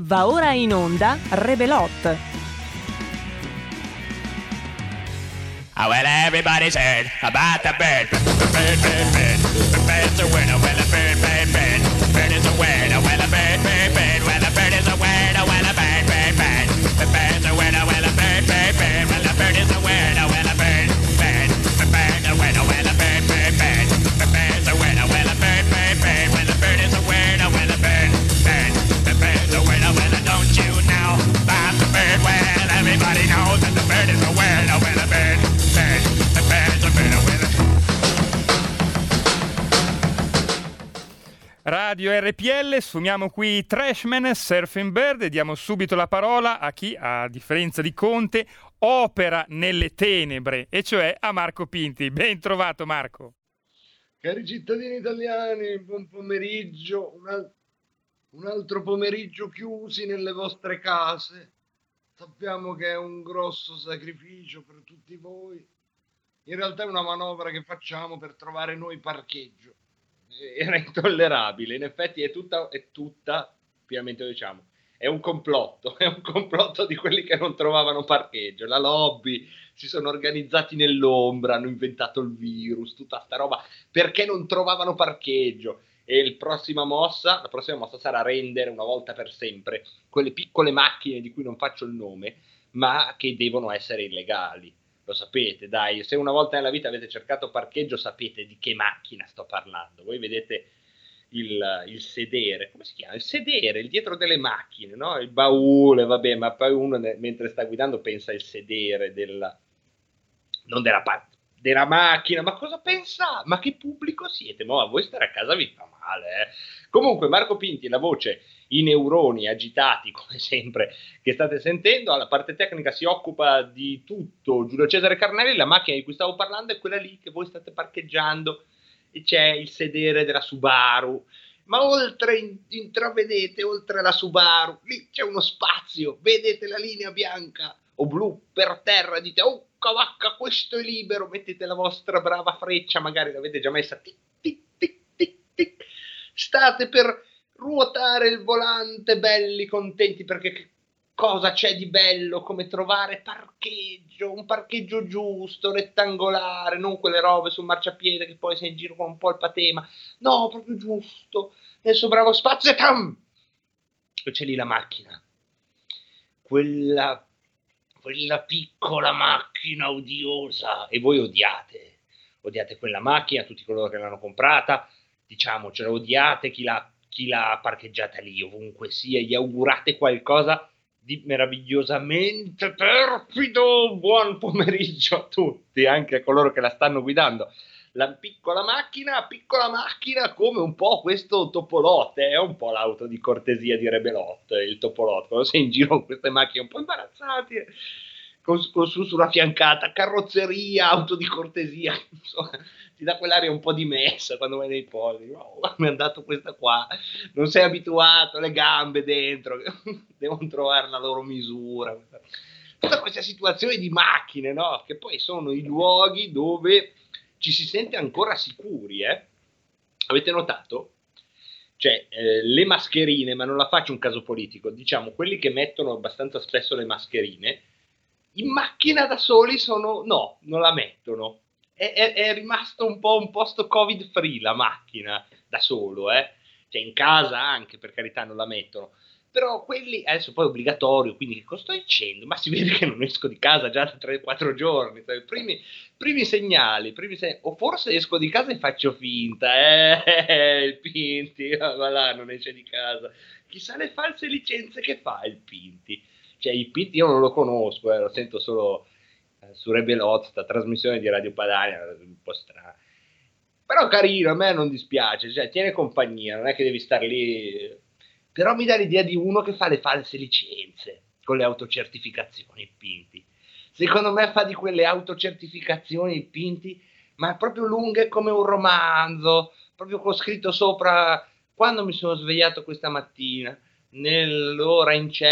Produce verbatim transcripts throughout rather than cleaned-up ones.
Va ora in onda Rebelot. Oh, well, everybody's heard about the bird. The bird, bird, bird. The bird's a winner. Well, a bird, bird, bird. Bird is a winner. Well, a bird, bird, bird. Well, a bird is a winner. Well, a bird, bird, bird. The bird's a winner. Well, a bird, bird, bird. Well, a bird is a winner. Well, a bird, bird. The bird's a winner. Well, a bird, bird, bird. The bird's a winner. Well, a bird, bird, bird. Well, a bird is a winner. Well, a bird, bird. The bird's a winner. Well, don't you know about the bird? Well, everybody knows that the bird is a winner. Well, a bird. Radio R P L, sfumiamo qui Trashman, Surfing Bird e diamo subito la parola a chi, a differenza di Conte, opera nelle tenebre, e cioè a Marco Pinti. Ben trovato, Marco. Cari cittadini italiani, buon pomeriggio, un, al- un altro pomeriggio chiusi nelle vostre case. Sappiamo che è un grosso sacrificio per tutti voi. In realtà è una manovra che facciamo per trovare noi parcheggio. Era intollerabile, in effetti è tutta, è tutta, finalmente lo diciamo, è un complotto, è un complotto di quelli che non trovavano parcheggio, la lobby, si sono organizzati nell'ombra, hanno inventato il virus, tutta sta roba, perché non trovavano parcheggio. E il prossima mossa, la prossima mossa sarà rendere una volta per sempre quelle piccole macchine di cui non faccio il nome, ma che devono essere illegali. Lo sapete, dai, se una volta nella vita avete cercato parcheggio sapete di che macchina sto parlando. Voi vedete il, il sedere, come si chiama? Il sedere, il dietro delle macchine, no? Il baule, vabbè, ma poi uno ne, mentre sta guidando pensa il sedere della, non della, della macchina, ma cosa pensa? Ma che pubblico siete? Ma a voi stare a casa vi fa male, eh? Comunque Marco Pinti, la voce, i neuroni agitati come sempre che state sentendo, alla parte tecnica si occupa di tutto Giulio Cesare Carnelli. La macchina di cui stavo parlando è quella lì che voi state parcheggiando e c'è il sedere della Subaru, ma oltre, intravedete, oltre la Subaru, lì c'è uno spazio, vedete la linea bianca o blu per terra, dite oh cavacca, questo è libero, mettete la vostra brava freccia, magari l'avete già messa, tic tic tic tic tic, state per ruotare il volante belli contenti perché che cosa c'è di bello come trovare parcheggio, un parcheggio giusto, rettangolare, non quelle robe sul marciapiede che poi sei in giro con un po' il patema, no, proprio giusto, nel suo bravo spazio e tam! E c'è lì la macchina, quella, quella piccola macchina odiosa, e voi odiate, odiate quella macchina, tutti coloro che l'hanno comprata, diciamocelo, odiate chi l'ha chi l'ha parcheggiata lì, ovunque sia, gli augurate qualcosa di meravigliosamente perfido. Buon pomeriggio a tutti, anche a coloro che la stanno guidando. La piccola macchina, piccola macchina, come un po' questo Topolot, è un po' l'auto di cortesia di Rebelot, il Topolot, quando sei in giro con queste macchine un po' imbarazzati, con, con su sulla fiancata, carrozzeria, auto di cortesia, insomma, ti dà quell'aria un po' dimessa quando vai nei posti. Oh, mi hanno dato questa qua, non sei abituato, le gambe dentro, devono trovare la loro misura. Tutta questa situazione di macchine, no? Che poi sono i luoghi dove ci si sente ancora sicuri, eh? Avete notato? Cioè, eh, le mascherine, ma non la faccio un caso politico, diciamo, quelli che mettono abbastanza spesso le mascherine, in macchina da soli sono, no, non la mettono. È, è, è rimasto un po' un post covid free la macchina da solo, eh? Cioè in casa anche, per carità, non la mettono, però quelli adesso poi è obbligatorio, quindi che cosa sto dicendo? Ma si vede che non esco di casa già da tre quattro giorni, cioè, primi, primi segnali, primi segnali, o forse esco di casa e faccio finta, eh, il Pinti, va là, non esce di casa, chissà le false licenze che fa il Pinti, cioè il Pinti io non lo conosco, eh, lo sento solo su Rebelot, sta trasmissione di Radio Padania, un po' strana, però carino, a me non dispiace, cioè tiene compagnia, non è che devi star lì, però mi dà l'idea di uno che fa le false licenze con le autocertificazioni, Pinti. Secondo me fa di quelle autocertificazioni, Pinti, ma proprio lunghe come un romanzo, proprio con scritto sopra: quando mi sono svegliato questa mattina, nell'ora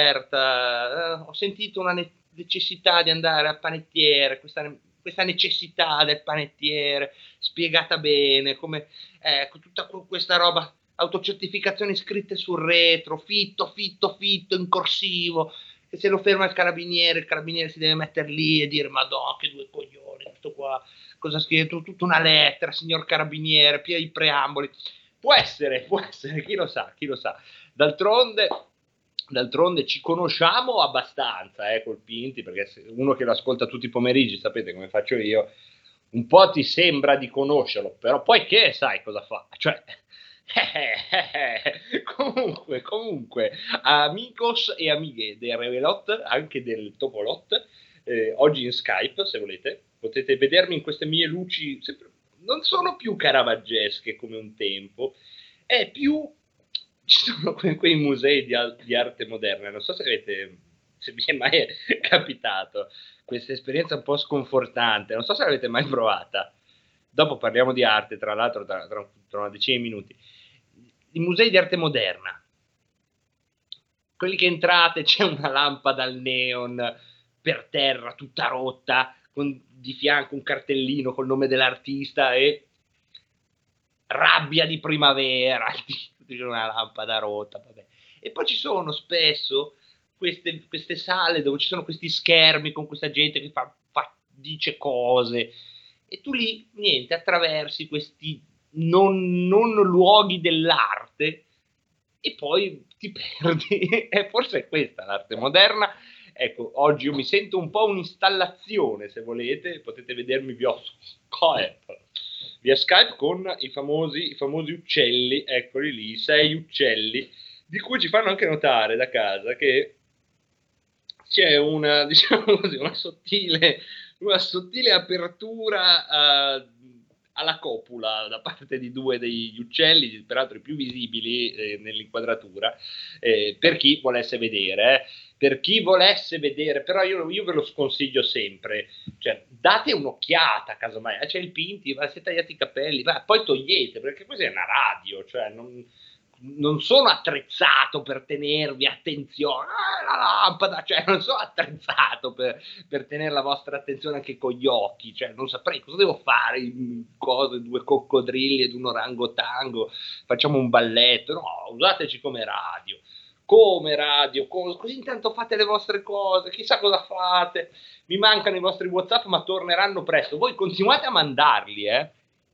incerta, eh, ho sentito una ne- necessità di andare al panettiere, questa, questa necessità del panettiere spiegata bene, come ecco, tutta questa roba autocertificazioni scritte sul retro, fitto, fitto, fitto, in corsivo, che se lo ferma il carabiniere, il carabiniere si deve mettere lì e dire madonna che due coglioni, tutto qua, cosa ha scritto, tutta una lettera, signor carabiniere, piena di preamboli. Può essere, può essere, chi lo sa, chi lo sa. D'altronde, d'altronde ci conosciamo abbastanza, eh, col Pinti, perché se uno che lo ascolta tutti i pomeriggi, sapete come faccio io, un po' ti sembra di conoscerlo, però poi che sai cosa fa? Cioè, comunque, comunque, amigos e amiche del Revelot, anche del Topolot, eh, oggi in Skype, se volete, potete vedermi in queste mie luci, sempre, non sono più caravaggesche come un tempo, è più, ci sono que- quei musei di, al- di arte moderna, non so se avete, se vi è mai capitato questa esperienza un po' sconfortante, non so se l'avete mai provata. Dopo parliamo di arte, tra l'altro, tra, tra, tra una decina di minuti. I musei di arte moderna, quelli che entrate, c'è una lampada al neon per terra, tutta rotta, con di fianco un cartellino col nome dell'artista e rabbia di primavera, una lampada rotta, vabbè. E poi ci sono spesso queste, queste sale dove ci sono questi schermi con questa gente che fa, fa, dice cose, e tu lì, niente, attraversi questi non, non luoghi dell'arte e poi ti perdi. E forse è questa l'arte moderna. Ecco, oggi io mi sento un po' un'installazione, se volete, potete vedermi via Skype, via Skype con i famosi, i famosi uccelli, eccoli lì, i sei uccelli, di cui ci fanno anche notare da casa che c'è una, diciamo così, una sottile, una sottile apertura uh, alla copula da parte di due degli uccelli, peraltro i più visibili eh, nell'inquadratura, eh, per chi volesse vedere, eh. Per chi volesse vedere, però io, io ve lo sconsiglio sempre, cioè date un'occhiata casomai, eh, c'è il Pinti, va, si è tagliati i capelli, va, poi togliete, perché questa è una radio, cioè non, non sono attrezzato per tenervi attenzione, ah, la lampada, cioè non sono attrezzato per, per tenere la vostra attenzione anche con gli occhi, cioè non saprei cosa devo fare, cose, due coccodrilli ed un orangotango, facciamo un balletto, no, usateci come radio. Come radio, co- così intanto fate le vostre cose, chissà cosa fate, mi mancano i vostri WhatsApp ma torneranno presto, voi continuate a mandarli, eh,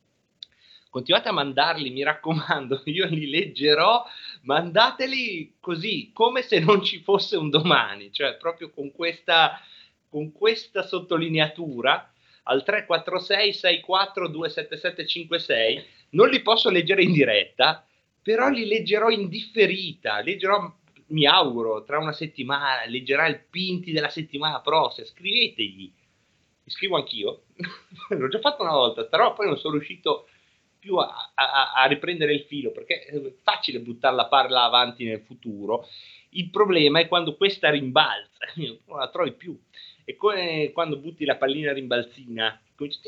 continuate a mandarli, mi raccomando, io li leggerò, mandateli così, come se non ci fosse un domani, cioè proprio con questa, con questa sottolineatura, al tre quattro sei sei quattro due sette sette cinque sei, non li posso leggere in diretta, però li leggerò in differita, leggerò, mi auguro, tra una settimana, leggerà il Pinti della settimana prossima, scrivetegli, mi scrivo anch'io, l'ho già fatto una volta, però poi non sono riuscito più a, a, a riprendere il filo, perché è facile buttare la palla avanti nel futuro, il problema è quando questa rimbalza, non la trovi più, e come quando butti la pallina rimbalzina,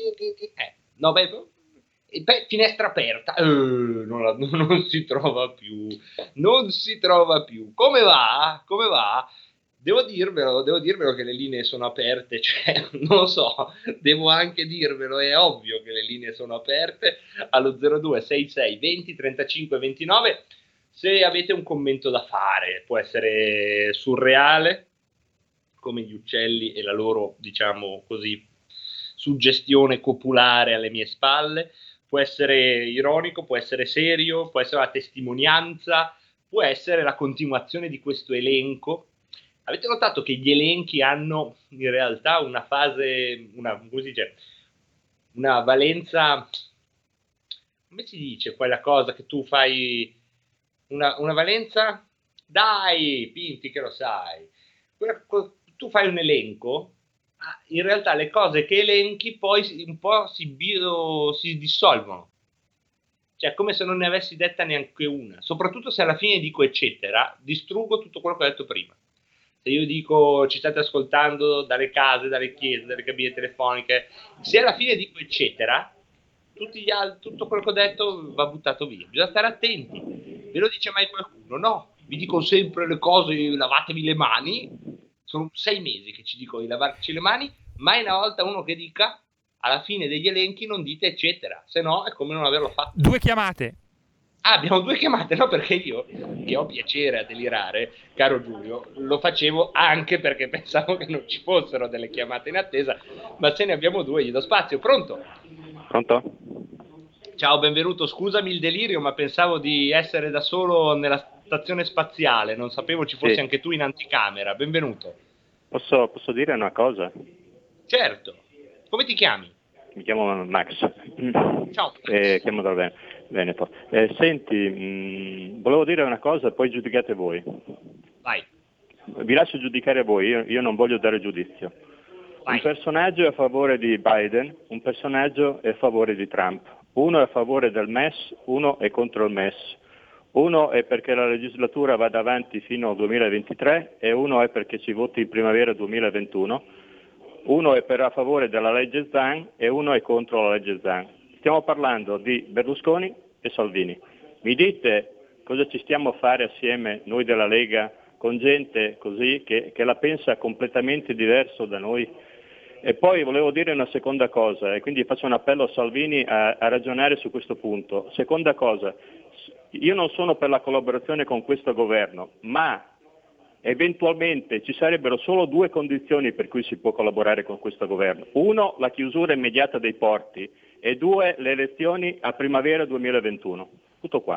eh, no, beh, Beh, finestra aperta, eh, non, la, non si trova più, non si trova più. Come va? Come va? Devo dirvelo, devo dirvelo che le linee sono aperte, cioè, non lo so, devo anche dirvelo, è ovvio che le linee sono aperte allo zero due sei sei venti trentacinque ventinove. Se avete un commento da fare, può essere surreale, come gli uccelli e la loro, diciamo così, suggestione copulare alle mie spalle, può essere ironico, può essere serio, può essere una testimonianza, può essere la continuazione di questo elenco. Avete notato che gli elenchi hanno in realtà una fase, una, come si dice, una valenza, come si dice quella cosa che tu fai, una, una valenza, dai Pinti che lo sai, tu fai un elenco, in realtà le cose che elenchi poi un po' si, bio, si dissolvono, cioè come se non ne avessi detta neanche una, soprattutto se alla fine dico eccetera, distruggo tutto quello che ho detto prima. Se io dico ci state ascoltando dalle case, dalle chiese, dalle cabine telefoniche, se alla fine dico eccetera, tutti gli altri, tutto quello che ho detto va buttato via, bisogna stare attenti. Ve lo dice mai qualcuno? No, vi dico sempre le cose, lavatevi le mani. Sono sei mesi che ci dico di lavarci le mani, mai una volta uno che dica alla fine degli elenchi non dite eccetera, se no è come non averlo fatto. Due chiamate. Ah, abbiamo due chiamate, no? Perché io, che ho piacere a delirare, caro Giulio, lo facevo anche perché pensavo che non ci fossero delle chiamate in attesa, ma se ne abbiamo due, gli do spazio. Pronto? Pronto? Ciao, benvenuto. Scusami il delirio, ma pensavo di essere da solo nella stazione spaziale, non sapevo ci fossi Sì. anche tu in anticamera. Benvenuto. Posso, posso dire una cosa? Certo. Come ti chiami? Mi chiamo Max. Ciao. Eh, chiamo dal Ven- Veneto. Eh, senti, mh, volevo dire una cosa, poi giudicate voi. Vai. Vi lascio giudicare voi, io, io non voglio dare giudizio. Vai. Un personaggio è a favore di Biden, un personaggio è a favore di Trump. Uno è a favore del M E S, uno è contro il M E S. Uno è perché la legislatura vada avanti fino al duemilaventitré e uno è perché si voti in primavera duemilaventuno. Uno è per a favore della legge Zan e uno è contro la legge Zan. Stiamo parlando di Berlusconi e Salvini. Mi dite cosa ci stiamo a fare assieme noi della Lega con gente così che, che la pensa completamente diverso da noi? E poi volevo dire una seconda cosa, e quindi faccio un appello a Salvini a, a ragionare su questo punto. Seconda cosa, io non sono per la collaborazione con questo governo, ma eventualmente ci sarebbero solo due condizioni per cui si può collaborare con questo governo. Uno, la chiusura immediata dei porti e due, le elezioni a primavera duemilaventuno. Tutto qua.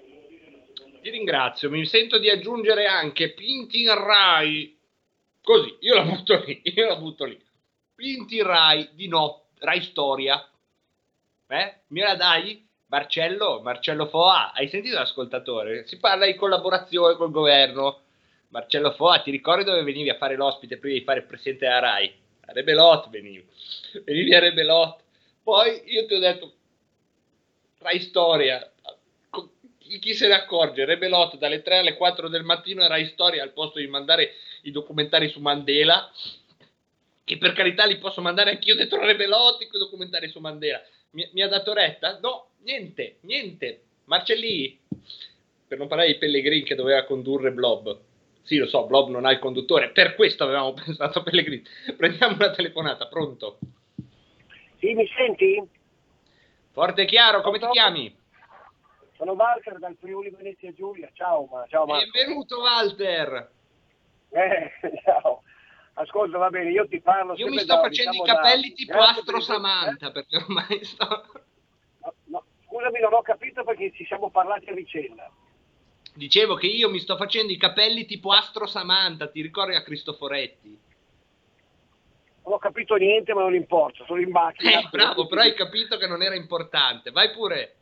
Ti ringrazio, mi sento di aggiungere anche Pinti in Rai. Così, io la butto lì, io la butto lì. Pinti in Rai di no, Rai Storia. Eh? Me la dai? Marcello, Marcello Foà, hai sentito l'ascoltatore? Si parla di collaborazione col governo. Marcello Foà, ti ricordi dove venivi a fare l'ospite prima di fare il presidente della Rai? A Rebelot venivi. Venivi a Rebelot. Poi io ti ho detto, Rai Storia, chi, chi se ne accorge? Rebelot dalle tre alle quattro del mattino a Rai Storia al posto di mandare i documentari su Mandela, che per carità li posso mandare anch'io dentro Rebelot, i documentari su Mandela. Mi, mi ha dato retta? No, niente, niente. Marcellini, per non parlare di Pellegrini che doveva condurre Blob. Sì, lo so, Blob non ha il conduttore, per questo avevamo pensato a Pellegrini. Prendiamo una telefonata, pronto? Sì, mi senti? Forte e chiaro, come ti chiami? Sono Walter dal Friuli Venezia Giulia, ciao, ma, ciao Marco. Benvenuto Walter! Eh, ciao. Ascolta, va bene, io ti parlo... Io mi sto da, facendo diciamo, i capelli da... tipo Astro Samantha, eh? Perché ormai sto... No, no, scusami, non ho capito perché ci siamo parlati a vicenda. Dicevo che io mi sto facendo i capelli tipo Astro Samantha, ti ricordi a Cristoforetti? Non ho capito niente, ma non importa, sono in macchina. Eh, bravo, però hai capito che non era importante. Vai pure.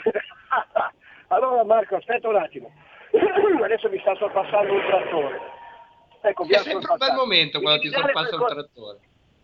Allora Marco, aspetta un attimo. Adesso mi sta sorpassando un trattore. Ecco, È sempre un bel momento quando ti sorpassa un trattore.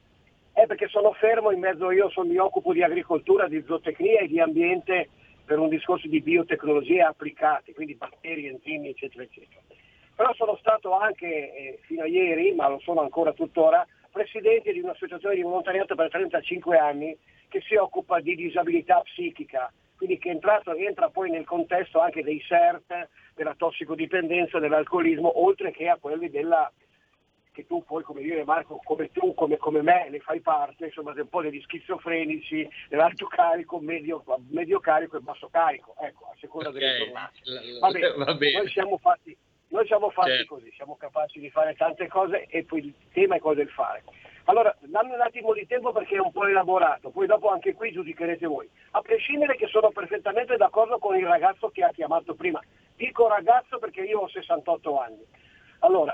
Eh, perché sono fermo in mezzo, io sono, mi occupo di agricoltura, di zootecnia e di ambiente per un discorso di biotecnologie applicate, quindi batteri, enzimi, eccetera, eccetera. Però sono stato anche, eh, fino a ieri, ma lo sono ancora tuttora, presidente di un'associazione di volontariato per trentacinque anni che si occupa di disabilità psichica, quindi che è entrato, entra poi nel contesto anche dei S E R T, della tossicodipendenza, dell'alcolismo, oltre che a quelli della, che tu poi, come dire Marco, come tu, come, come me, ne fai parte, insomma, un po' degli schizofrenici, dell'alto carico, medio, medio carico e basso carico, ecco, a seconda Okay. delle giornate. L- Va bene, va bene. noi siamo fatti, noi siamo fatti Certo. così, siamo capaci di fare tante cose e poi il tema è cosa del fare. Allora, dammi un attimo di tempo perché è un po' elaborato, poi dopo anche qui giudicherete voi. A prescindere che sono perfettamente d'accordo con il ragazzo che ha chiamato prima. Dico ragazzo perché io ho sessantotto anni. Allora,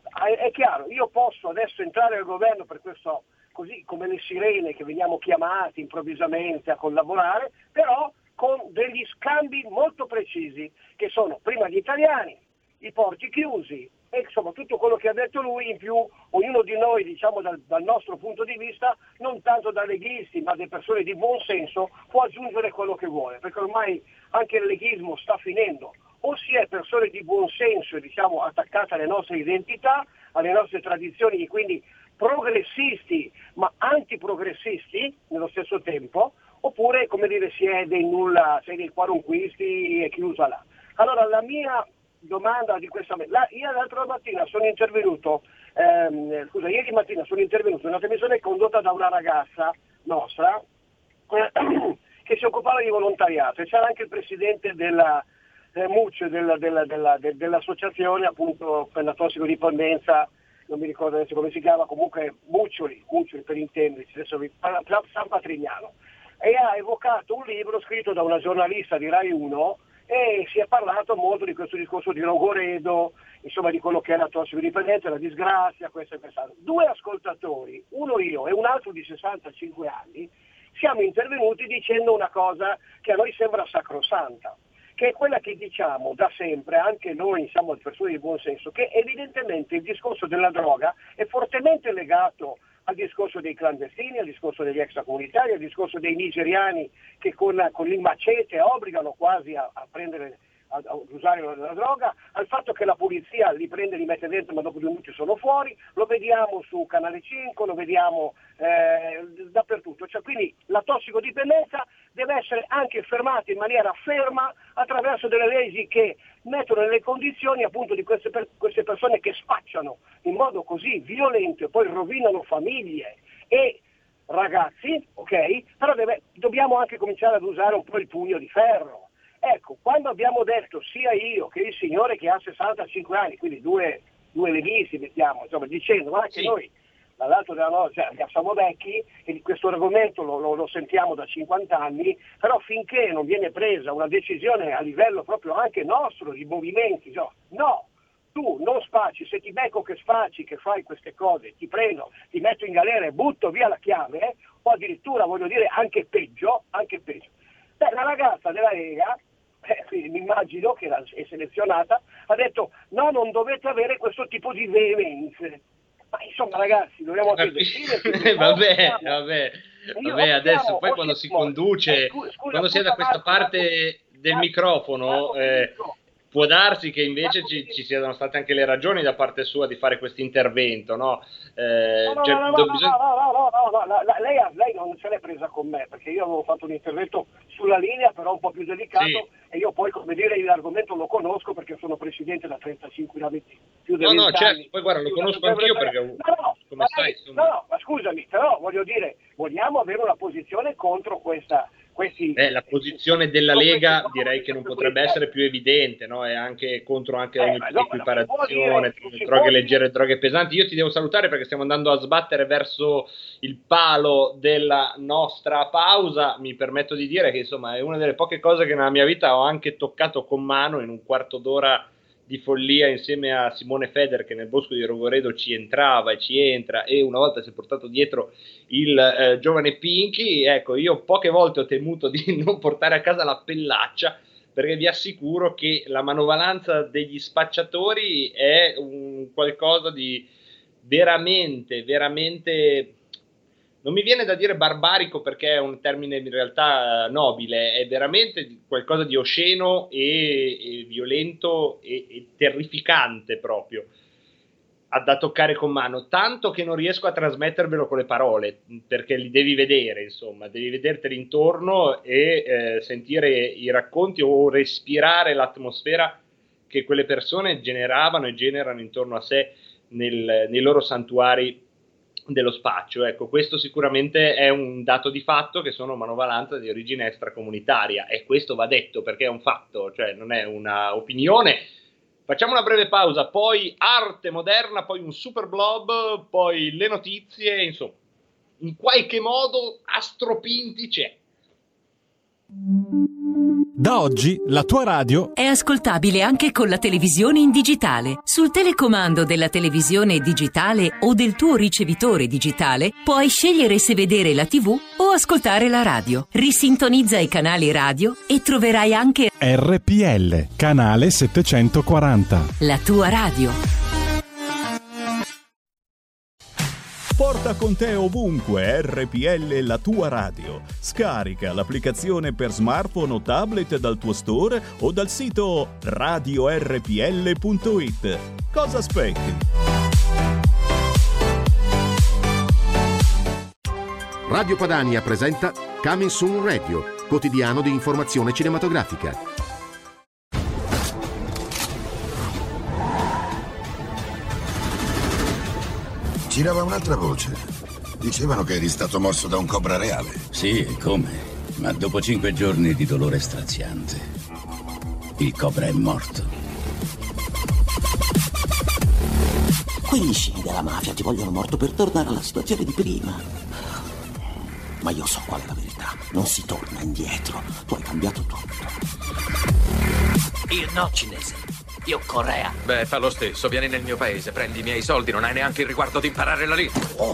è chiaro, io posso adesso entrare al governo per questo, così come le sirene che veniamo chiamati improvvisamente a collaborare, però con degli scambi molto precisi, che sono prima gli italiani, i porti chiusi, e insomma tutto quello che ha detto lui, in più ognuno di noi, diciamo dal, dal nostro punto di vista, non tanto da leghisti ma da persone di buon senso, può aggiungere quello che vuole, perché ormai anche il leghismo sta finendo, o si è persone di buon senso, diciamo attaccate alle nostre identità, alle nostre tradizioni, quindi progressisti ma antiprogressisti nello stesso tempo, oppure come dire si è dei nulla, sei dei qualunquisti e chiusa là. Allora la mia domanda di questa la, io l'altra mattina sono intervenuto ehm, scusa ieri mattina sono intervenuto in una trasmissione condotta da una ragazza nostra eh, che si occupava di volontariato e c'era anche il presidente della, eh, Muccio della, della, della, de, dell'associazione appunto per la tossicodipendenza, non mi ricordo adesso come si chiama, comunque Muccioli, Muccioli per intenderci, adesso vi, San Patrignano, e ha evocato un libro scritto da una giornalista di Rai uno e si è parlato molto di questo discorso di Rogoredo, insomma di quello che è la tossicodipendenza, la disgrazia, questo e quest'altro. Due ascoltatori, uno io e un altro di sessantacinque anni, siamo intervenuti dicendo una cosa che a noi sembra sacrosanta, che è quella che diciamo da sempre, anche noi siamo persone di buon senso, che evidentemente il discorso della droga è fortemente legato al discorso dei clandestini, al discorso degli extracomunitari, al discorso dei nigeriani che con, con il macete obbligano quasi a, a prendere a, a usare la, la droga, al fatto che la polizia li prende e li mette dentro ma dopo due minuti sono fuori, lo vediamo su Canale cinque, lo vediamo eh, dappertutto, cioè quindi la tossicodipendenza deve essere anche fermata in maniera ferma attraverso delle leggi che mettono nelle condizioni appunto di queste, per, queste persone che spacciano in modo così violento e poi rovinano famiglie e ragazzi, ok? Però deve, dobbiamo anche cominciare ad usare un po' il pugno di ferro. Ecco, quando abbiamo detto sia io che il signore che ha sessantacinque anni, quindi due, due leghisti mettiamo, insomma, dicendo ma anche sì. Noi dall'alto della nostra, cioè, siamo vecchi e di questo argomento lo, lo, lo sentiamo da cinquanta anni, però finché non viene presa una decisione a livello proprio anche nostro, di movimenti, cioè, no, tu non spacci, se ti becco che spacci, che fai queste cose, ti prendo, ti metto in galera e butto via la chiave, eh, o addirittura voglio dire anche peggio, anche peggio. Beh, la ragazza della Lega, eh, mi immagino che è selezionata, ha detto no, non dovete avere questo tipo di veemenze. Ma insomma ragazzi, dobbiamo anche decidere. vabbè, vabbè, vabbè, adesso poi quando si conduce, eh, scusa, quando si è da questa parte del microfono, eh, può darsi che invece ci, ci siano state anche le ragioni da parte sua di fare questo intervento, no? Eh, no, no, cioè, no, no, do- bisogna... no, no, no, no, no, no, lei, lei non se l'è presa con me, perché io avevo fatto un intervento sulla linea, però un po' più delicato, sì. E io poi, come dire, l'argomento lo conosco perché sono presidente da trentacinque anni, più di No, no, certo, anni, poi guarda, lo conosco anch'io perché, no, no, come sai, insomma... No, no, ma scusami, però voglio dire, vogliamo avere una posizione contro questa... Questi, eh, la posizione della Lega direi che non potrebbe essere più evidente, no? È anche contro anche ogni eh, no, equiparazione, droghe leggere e droghe pesanti. Io ti devo salutare perché stiamo andando a sbattere verso il palo della nostra pausa. Mi permetto di dire che insomma è una delle poche cose che nella mia vita ho anche toccato con mano in un quarto d'ora di follia insieme a Simone Feder, che nel bosco di Rogoredo ci entrava e ci entra, e una volta si è portato dietro il eh, giovane Pinky. Ecco, io poche volte ho temuto di non portare a casa la pellaccia, perché vi assicuro che la manovalanza degli spacciatori è un qualcosa di veramente, veramente... Non mi viene da dire barbarico perché è un termine in realtà nobile, è veramente qualcosa di osceno e, e violento e, e terrificante proprio da toccare con mano, tanto che non riesco a trasmettervelo con le parole, perché li devi vedere, insomma, devi vederteli intorno e eh, sentire i racconti o respirare l'atmosfera che quelle persone generavano e generano intorno a sé nel, nei loro santuari dello spaccio. Ecco, questo sicuramente è un dato di fatto, che sono manovalanza di origine extracomunitaria, e questo va detto perché è un fatto, cioè non è una opinione. Facciamo una breve pausa, poi arte moderna, poi un super blob, poi le notizie, insomma, in qualche modo Astropinti c'è. Da oggi la tua radio è ascoltabile anche con la televisione in digitale. Sul telecomando della televisione digitale o del tuo ricevitore digitale puoi scegliere se vedere la tivù o ascoltare la radio. Risintonizza i canali radio e troverai anche R P L, canale settecentoquaranta. La tua radio. Porta con te ovunque R P L, la tua radio. Scarica l'applicazione per smartphone o tablet dal tuo store o dal sito radio r p l punto i t. Cosa aspetti? Radio Padania presenta Coming Soon Radio, quotidiano di informazione cinematografica. Girava un'altra voce. Dicevano che eri stato morso da un cobra reale. Sì, come? Ma dopo cinque giorni di dolore straziante. Il Cobra è morto. Quegli scimi della mafia ti vogliono morto per tornare alla situazione di prima. Ma io so qual è la verità. Non si torna indietro. Tu hai cambiato tutto. Io no, cinese. Io Corea. Beh, fa lo stesso. Vieni nel mio paese, prendi i miei soldi, non hai neanche il riguardo di imparare la lingua. Oh.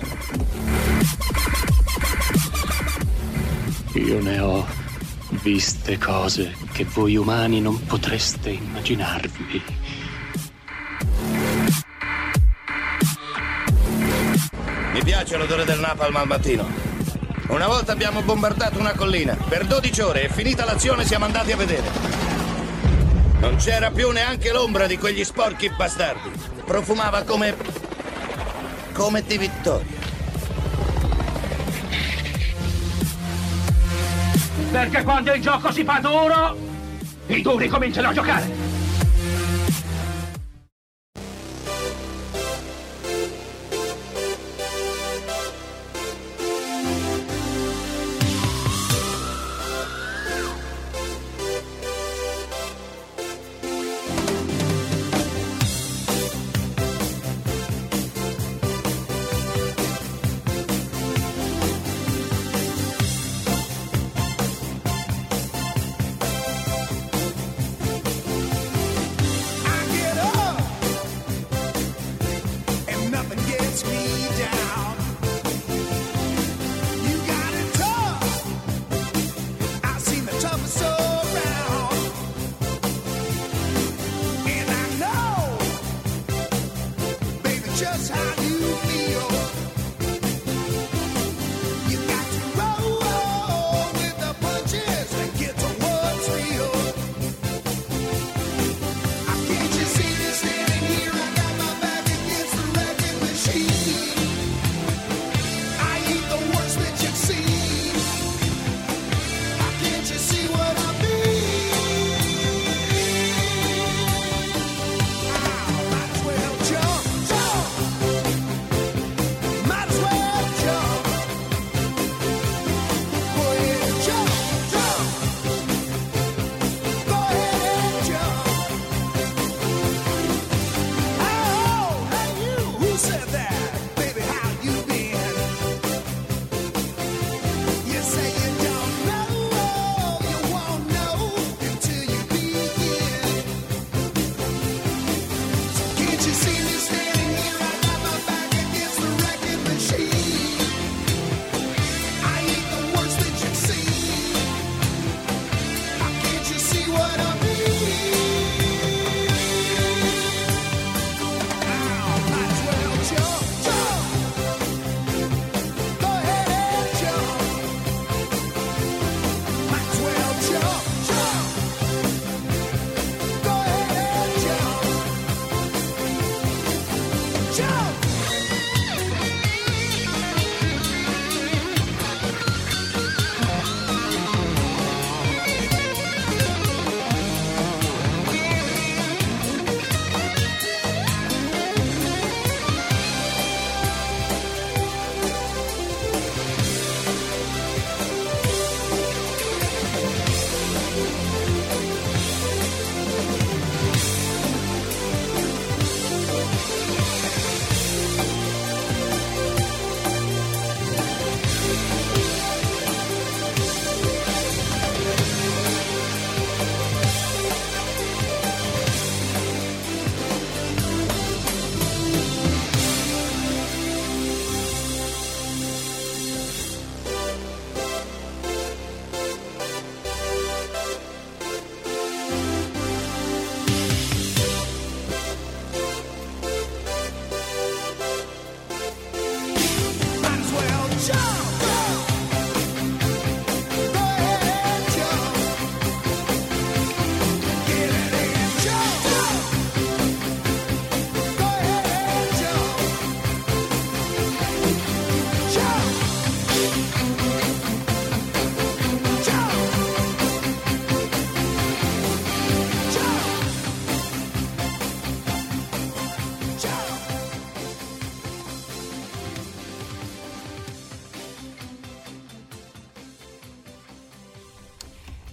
Io ne ho viste cose che voi umani non potreste immaginarvi. Mi piace l'odore del napalm al mattino. Una volta abbiamo bombardato una collina. Per dodici ore e finita l'azione siamo andati a vedere. Non c'era più neanche l'ombra di quegli sporchi bastardi. Profumava come... come di vittoria. Perché quando il gioco si fa duro, i duri cominciano a giocare.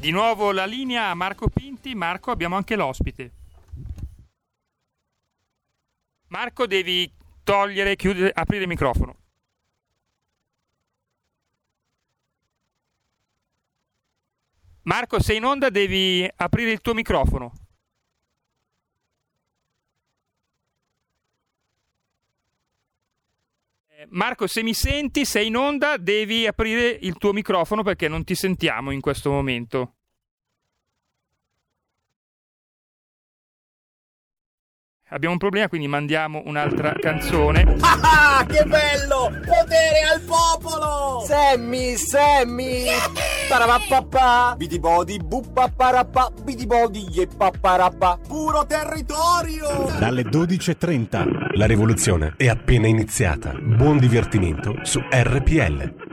Di nuovo la linea a Marco Pinti. Marco, abbiamo anche l'ospite. Marco, devi togliere, chiudere, aprire il microfono. Marco, sei in onda, devi aprire il tuo microfono. Marco, se mi senti, sei in onda, devi aprire il tuo microfono perché non ti sentiamo in questo momento. Abbiamo un problema, quindi mandiamo un'altra canzone. Ah, che bello! Potere al popolo! Sammy, Sammy! Parapapà! Bidi bodi, buppa parapà, bidi bodi, ye paparapà! Puro territorio! Dalle dodici e trenta. La rivoluzione è appena iniziata. Buon divertimento su R P L.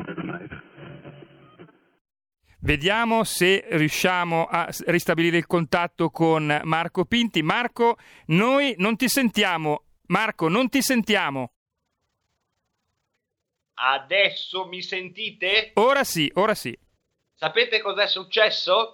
Vediamo se riusciamo a ristabilire il contatto con Marco Pinti. Marco, noi non ti sentiamo. Marco, non ti sentiamo. Adesso mi sentite? Ora sì, ora sì. Sapete cos'è successo?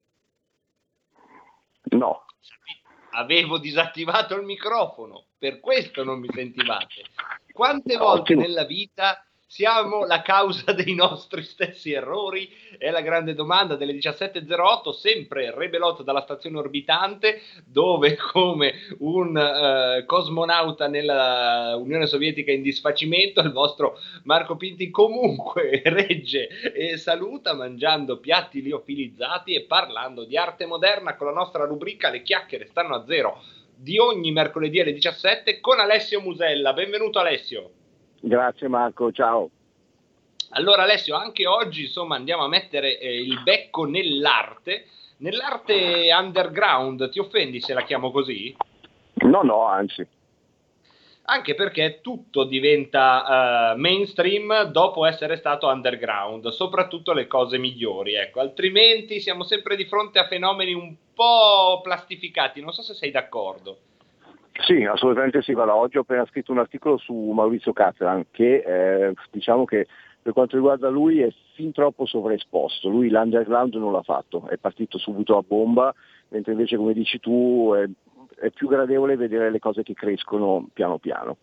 No. Avevo disattivato il microfono, per questo non mi sentivate. Quante volte nella vita siamo la causa dei nostri stessi errori? È la grande domanda delle diciassette e zero otto, sempre Rebelot dalla stazione orbitante, dove come un uh, cosmonauta nella Unione Sovietica in disfacimento, il vostro Marco Pinti comunque regge e saluta mangiando piatti liofilizzati e parlando di arte moderna con la nostra rubrica Le chiacchiere stanno a zero di ogni mercoledì alle diciassette con Alessio Musella. Benvenuto Alessio. Grazie Marco, ciao. Allora Alessio, anche oggi insomma andiamo a mettere eh, il becco nell'arte, nell'arte underground. Ti offendi se la chiamo così? No, no, anzi. Anche perché tutto diventa uh, mainstream dopo essere stato underground, soprattutto le cose migliori, ecco, altrimenti siamo sempre di fronte a fenomeni un po' plastificati, non so se sei d'accordo. Sì, assolutamente sì. Guarda, oggi ho appena scritto un articolo su Maurizio Cattelan che eh, diciamo che per quanto riguarda lui è fin troppo sovraesposto. Lui l'underground non l'ha fatto, è partito subito a bomba, mentre invece come dici tu è, è più gradevole vedere le cose che crescono piano piano.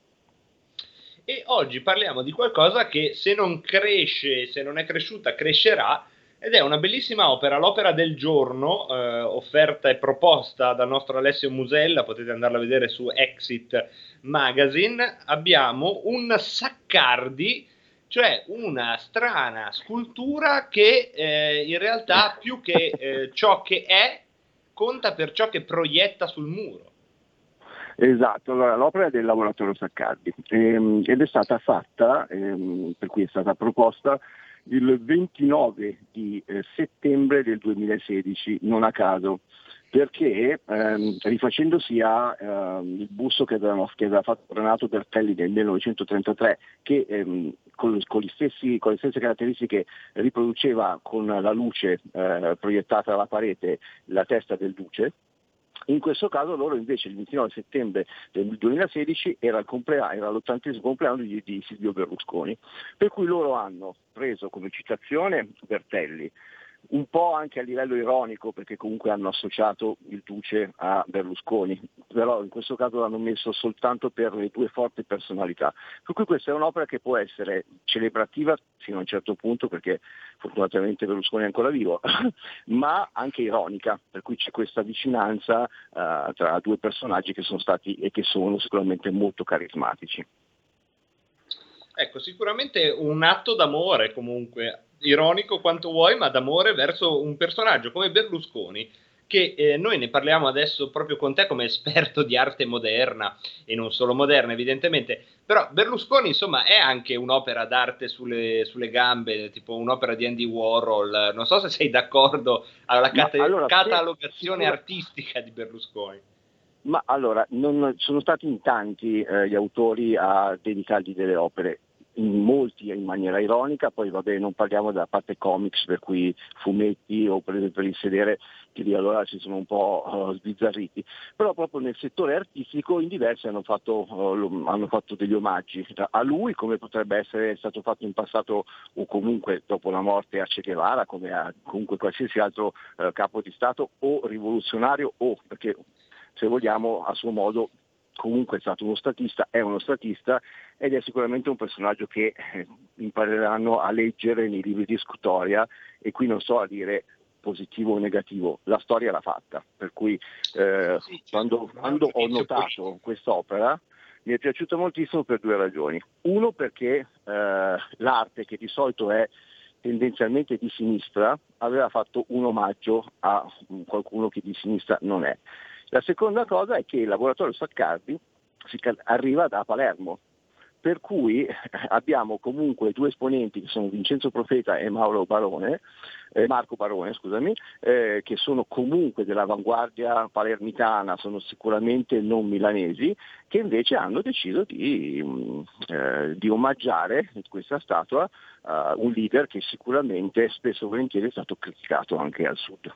E oggi parliamo di qualcosa che se non cresce, se non è cresciuta, crescerà. Ed è una bellissima opera, l'opera del giorno, eh, offerta e proposta dal nostro Alessio Musella, potete andarla a vedere su Exit Magazine. Abbiamo un Saccardi, cioè una strana scultura che eh, in realtà più che eh, ciò che è, conta per ciò che proietta sul muro. Esatto, allora l'opera è del laboratorio Saccardi ehm, ed è stata fatta, ehm, per cui è stata proposta il ventinove di eh, settembre del duemilasedici, non a caso, perché ehm, rifacendosi a ehm, il busto che aveva, che aveva fatto Renato Bertelli nel millenovecentotrentatré, che ehm, con, con, gli stessi, con le stesse caratteristiche riproduceva con la luce eh, proiettata dalla parete la testa del duce. In questo caso loro invece il ventinove settembre del duemilasedici era, il compleanno, era l'ottantesimo compleanno di, di Silvio Berlusconi, per cui loro hanno preso come citazione Bertelli, un po' anche a livello ironico perché comunque hanno associato il duce a Berlusconi, però in questo caso l'hanno messo soltanto per le due forti personalità, per cui questa è un'opera che può essere celebrativa fino a un certo punto perché fortunatamente Berlusconi è ancora vivo, ma anche ironica, per cui c'è questa vicinanza uh, tra due personaggi che sono stati e che sono sicuramente molto carismatici. Ecco, sicuramente un atto d'amore comunque, ironico quanto vuoi, ma d'amore verso un personaggio come Berlusconi, che eh, noi ne parliamo adesso proprio con te come esperto di arte moderna, e non solo moderna evidentemente, però Berlusconi insomma è anche un'opera d'arte sulle, sulle gambe, tipo un'opera di Andy Warhol, non so se sei d'accordo alla cata- allora, catalogazione se... artistica di Berlusconi. Ma allora, non, sono stati in tanti eh, gli autori a dedicargli delle opere. in molti in maniera ironica, poi vabbè non parliamo della parte comics, per cui fumetti o per esempio il sedere, che lì allora ci sono un po' uh, sbizzarriti, però proprio nel settore artistico in diversi hanno fatto, uh, hanno fatto degli omaggi a lui, come potrebbe essere stato fatto in passato o comunque dopo la morte a Che Guevara, come a comunque qualsiasi altro uh, capo di Stato o rivoluzionario, o perché se vogliamo a suo modo comunque è stato uno statista, è uno statista ed è sicuramente un personaggio che eh, impareranno a leggere nei libri di storia, e qui non sto a dire positivo o negativo, la storia l'ha fatta, per cui eh, sì, quando, quando ho notato quest'opera mi è piaciuta moltissimo per due ragioni. Uno, perché eh, l'arte, che di solito è tendenzialmente di sinistra, aveva fatto un omaggio a qualcuno che di sinistra non è. La seconda cosa è che il laboratorio Saccardi si arriva da Palermo, per cui abbiamo comunque due esponenti che sono Vincenzo Profeta e Mauro Barone, eh, Marco Barone, scusami, eh, che sono comunque dell'avanguardia palermitana, sono sicuramente non milanesi, che invece hanno deciso di, eh, di omaggiare questa statua a un leader che sicuramente spesso e volentieri è stato criticato anche al sud.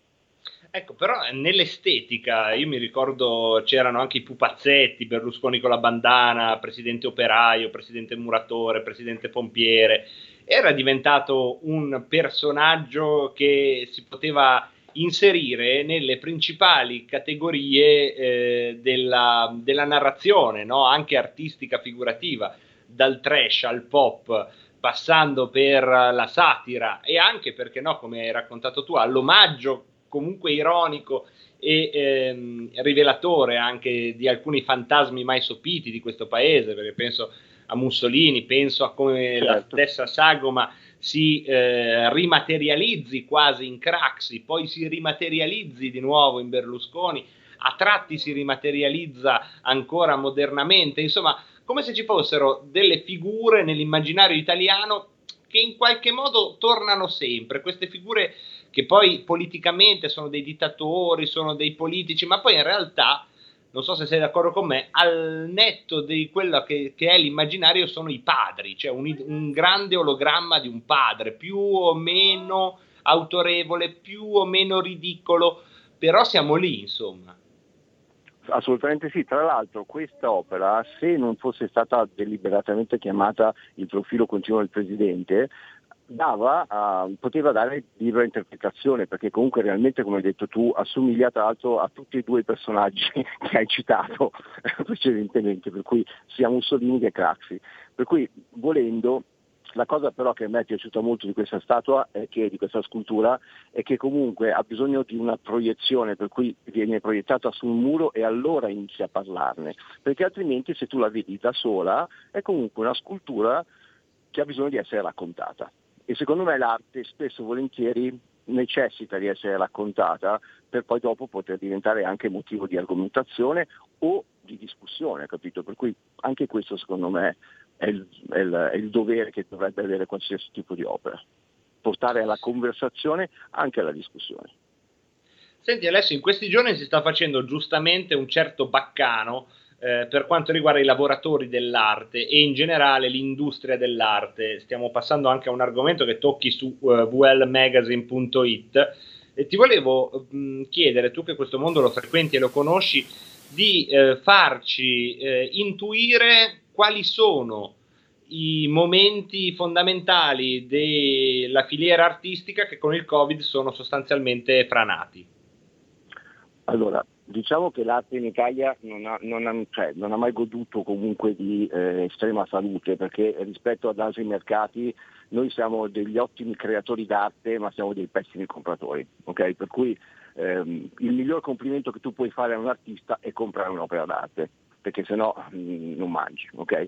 Ecco, però nell'estetica, io mi ricordo c'erano anche i pupazzetti, Berlusconi con la bandana, presidente operaio, presidente muratore, presidente pompiere, era diventato un personaggio che si poteva inserire nelle principali categorie eh, della, della narrazione, no? Anche artistica figurativa, dal trash al pop, passando per la satira e anche, perché no, come hai raccontato tu, all'omaggio comunque ironico e ehm, rivelatore anche di alcuni fantasmi mai sopiti di questo paese, perché penso a Mussolini, penso a come certo. la stessa sagoma si eh, rimaterializzi quasi in Craxi, poi si rimaterializzi di nuovo in Berlusconi, a tratti si rimaterializza ancora modernamente, insomma come se ci fossero delle figure nell'immaginario italiano che in qualche modo tornano sempre, queste figure che poi politicamente sono dei dittatori, sono dei politici, ma poi in realtà, non so se sei d'accordo con me, al netto di quello che, che è l'immaginario sono i padri, cioè un, un grande ologramma di un padre, più o meno autorevole, più o meno ridicolo, però siamo lì, insomma. Assolutamente sì, tra l'altro questa opera, se non fosse stata deliberatamente chiamata Il profilo continuo del presidente, dava, uh, poteva dare libera interpretazione, perché comunque realmente, come hai detto tu, assomiglia tra l'altro a tutti e due i personaggi che hai citato precedentemente, per cui sia Mussolini che Craxi. Per cui, volendo, la cosa però che a me è piaciuta molto di questa statua, è che, di questa scultura, è che comunque ha bisogno di una proiezione, per cui viene proiettata su un muro e allora inizia a parlarne, perché altrimenti se tu la vedi da sola è comunque una scultura che ha bisogno di essere raccontata. E secondo me l'arte spesso e volentieri necessita di essere raccontata per poi dopo poter diventare anche motivo di argomentazione o di discussione, capito? Per cui anche questo secondo me è il, è il, è il dovere che dovrebbe avere qualsiasi tipo di opera, portare alla conversazione anche alla discussione. Senti Alessio, in questi giorni si sta facendo giustamente un certo baccano Eh, per quanto riguarda i lavoratori dell'arte e in generale l'industria dell'arte. Stiamo passando anche a un argomento che tocchi su uh, v l magazine punto it e ti volevo mh, chiedere, tu che questo mondo lo frequenti e lo conosci, di eh, farci eh, intuire quali sono i momenti fondamentali della filiera artistica che con il Covid sono sostanzialmente franati. Allora, diciamo che l'arte in Italia non ha, non ha, cioè, non ha mai goduto comunque di eh, estrema salute, perché rispetto ad altri mercati noi siamo degli ottimi creatori d'arte ma siamo dei pessimi compratori, ok? Per cui ehm, il miglior complimento che tu puoi fare a un artista è comprare un'opera d'arte, perché sennò mh, non mangi, ok?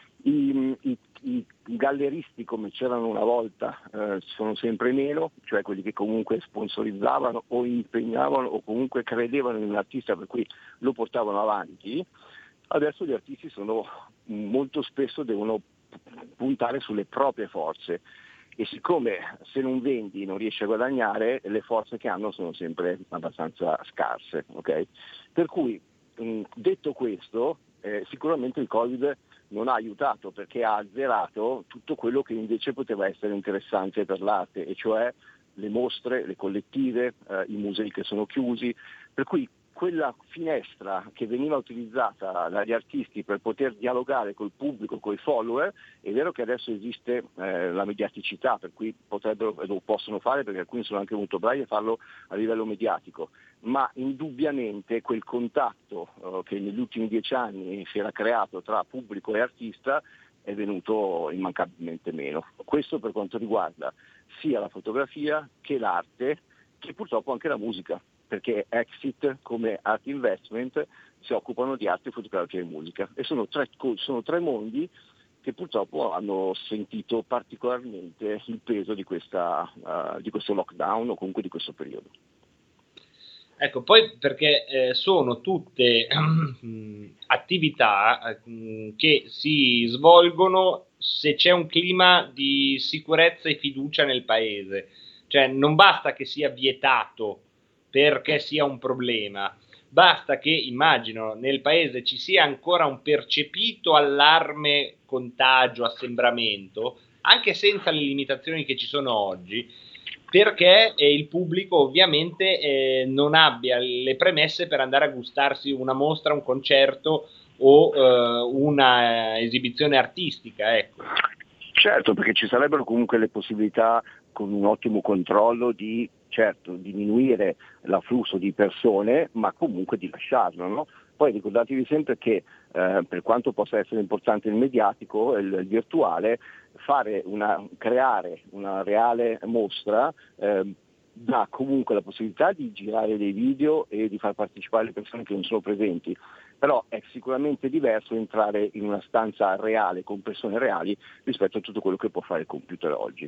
I, i, i galleristi, come c'erano una volta, eh, sono sempre meno, cioè quelli che comunque sponsorizzavano o impegnavano o comunque credevano in un artista per cui lo portavano avanti. Adesso gli artisti sono molto spesso devono puntare sulle proprie forze e siccome se non vendi non riesci a guadagnare, le forze che hanno sono sempre abbastanza scarse, ok? Per cui mh, detto questo, eh, sicuramente il Covid non ha aiutato, perché ha azzerato tutto quello che invece poteva essere interessante per l'arte, e cioè le mostre, le collettive, eh, i musei che sono chiusi, per cui quella finestra che veniva utilizzata dagli artisti per poter dialogare col pubblico, coi follower, è vero che adesso esiste eh, la mediaticità, per cui potrebbero, lo possono fare, perché alcuni sono anche molto bravi a farlo a livello mediatico, ma indubbiamente quel contatto eh, che negli ultimi dieci anni si era creato tra pubblico e artista è venuto immancabilmente meno. Questo per quanto riguarda sia la fotografia che l'arte, che purtroppo anche la musica, perché Exit come Art Investment si occupano di arte, fotografia e musica, e sono tre, sono tre mondi che purtroppo hanno sentito particolarmente il peso di, questa, uh, di questo lockdown o comunque di questo periodo. Ecco, poi perché eh, sono tutte attività eh, che si svolgono se c'è un clima di sicurezza e fiducia nel paese, cioè non basta che sia vietato perché sia un problema, basta che, immagino, nel paese ci sia ancora un percepito allarme, contagio, assembramento, anche senza le limitazioni che ci sono oggi, perché eh, il pubblico ovviamente eh, non abbia le premesse per andare a gustarsi una mostra, un concerto o eh, una esibizione artistica, ecco. Certo, perché ci sarebbero comunque le possibilità, con un ottimo controllo, di certo diminuire l'afflusso di persone, ma comunque di lasciarlo, no? Poi ricordatevi sempre che eh, per quanto possa essere importante il mediatico, il, il virtuale, fare una, creare una reale mostra eh, dà comunque la possibilità di girare dei video e di far partecipare le persone che non sono presenti, però è sicuramente diverso entrare in una stanza reale con persone reali rispetto a tutto quello che può fare il computer oggi.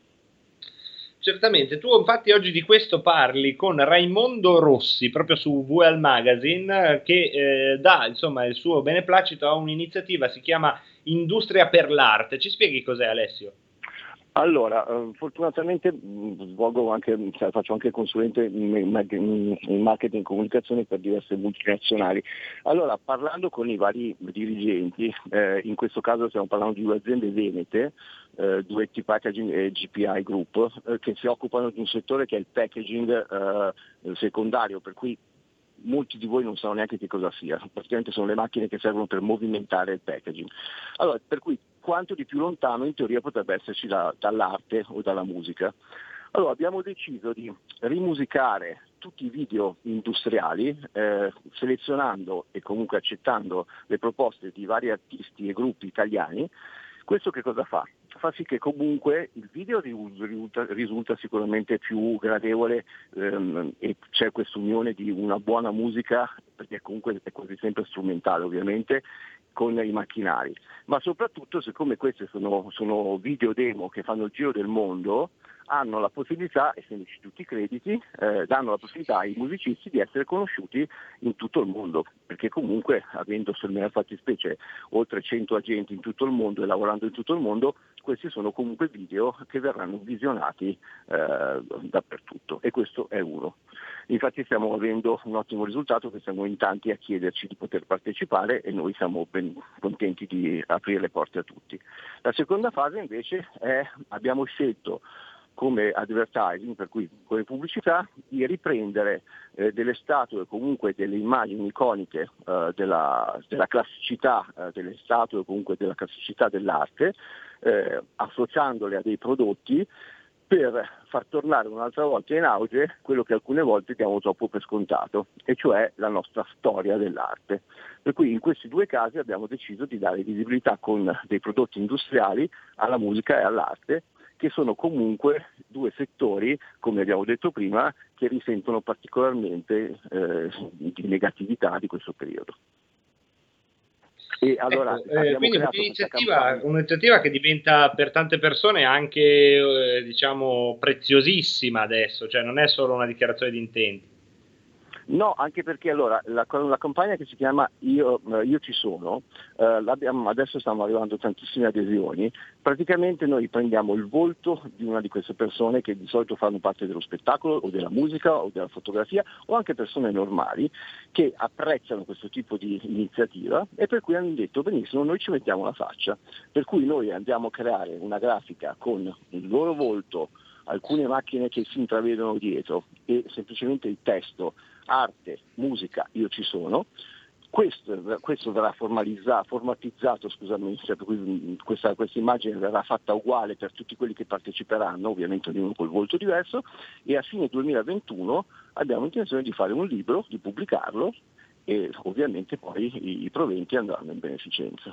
Certamente, tu infatti oggi di questo parli con Raimondo Rossi proprio su V L Magazine, che eh, dà insomma il suo beneplacito a un'iniziativa, si chiama Industria per l'Arte. Ci spieghi cos'è, Alessio? Allora, eh, fortunatamente mh, svolgo anche, cioè, faccio anche consulente in, in, in marketing e comunicazione per diverse multinazionali. Allora, parlando con i vari dirigenti, eh, in questo caso stiamo parlando di due aziende venete, eh, Duetti Packaging e G P I Group, eh, che si occupano di un settore che è il packaging eh, secondario, per cui molti di voi non sanno neanche che cosa sia, praticamente sono le macchine che servono per movimentare il packaging. Allora, per cui quanto di più lontano in teoria potrebbe esserci da, dall'arte o dalla musica. Allora abbiamo deciso di rimusicare tutti i video industriali, eh, selezionando e comunque accettando le proposte di vari artisti e gruppi italiani. Questo che cosa fa? Fa sì che comunque il video risulta, risulta sicuramente più gradevole ehm, e c'è questa unione di una buona musica, perché comunque è quasi sempre strumentale ovviamente, con i macchinari. Ma soprattutto, siccome queste sono, sono video demo che fanno il giro del mondo, hanno la possibilità, essendoci tutti i crediti, eh, danno la possibilità ai musicisti di essere conosciuti in tutto il mondo, perché comunque, avendo nella fattispecie oltre cento agenti in tutto il mondo e lavorando in tutto il mondo, questi sono comunque video che verranno visionati eh, dappertutto, e questo è uno. Infatti stiamo avendo un ottimo risultato, che siamo in tanti a chiederci di poter partecipare e noi siamo ben contenti di aprire le porte a tutti. La seconda fase invece è, abbiamo scelto come advertising, per cui come pubblicità, di riprendere eh, delle statue, comunque delle immagini iconiche eh, della, della classicità eh, delle statue, o comunque della classicità dell'arte, eh, associandole a dei prodotti, per far tornare un'altra volta in auge quello che alcune volte diamo troppo per scontato, e cioè la nostra storia dell'arte. Per cui in questi due casi abbiamo deciso di dare visibilità con dei prodotti industriali alla musica e all'arte, che sono comunque due settori, come abbiamo detto prima, che risentono particolarmente eh, di negatività di questo periodo. E allora, ecco, eh, quindi un'iniziativa, un'iniziativa che diventa per tante persone anche eh, diciamo preziosissima adesso, cioè non è solo una dichiarazione di intenti. No, anche perché allora la, la campagna che si chiama Io, io ci sono, eh, adesso stanno arrivando tantissime adesioni, praticamente noi prendiamo il volto di una di queste persone che di solito fanno parte dello spettacolo o della musica o della fotografia o anche persone normali che apprezzano questo tipo di iniziativa e per cui hanno detto benissimo, noi ci mettiamo la faccia, per cui noi andiamo a creare una grafica con il loro volto, alcune macchine che si intravedono dietro e semplicemente il testo arte, musica, io ci sono. Questo, questo verrà formalizzato, formatizzato, scusami, cioè per cui questa, questa immagine verrà fatta uguale per tutti quelli che parteciperanno, ovviamente ognuno col volto diverso, e a fine duemilaventuno abbiamo intenzione di fare un libro, di pubblicarlo e ovviamente poi i, i proventi andranno in beneficenza.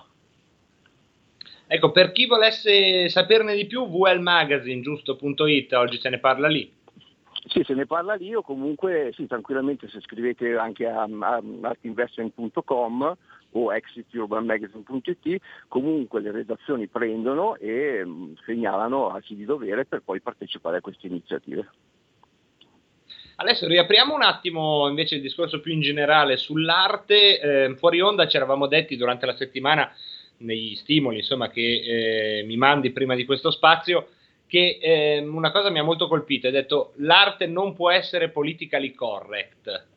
Ecco, per chi volesse saperne di più, w l magazine giusto punto it, oggi se ne parla lì. Sì, se ne parla lì o comunque sì, tranquillamente se scrivete anche a, a artinvestment punto com o exit urban magazine punto it, comunque le redazioni prendono e mh, segnalano a chi di dovere per poi partecipare a queste iniziative. Adesso riapriamo un attimo invece il discorso più in generale sull'arte. Eh, fuori onda ci eravamo detti durante la settimana, negli stimoli insomma che eh, mi mandi prima di questo spazio, che eh, una cosa mi ha molto colpito, hai detto l'arte non può essere politically correct.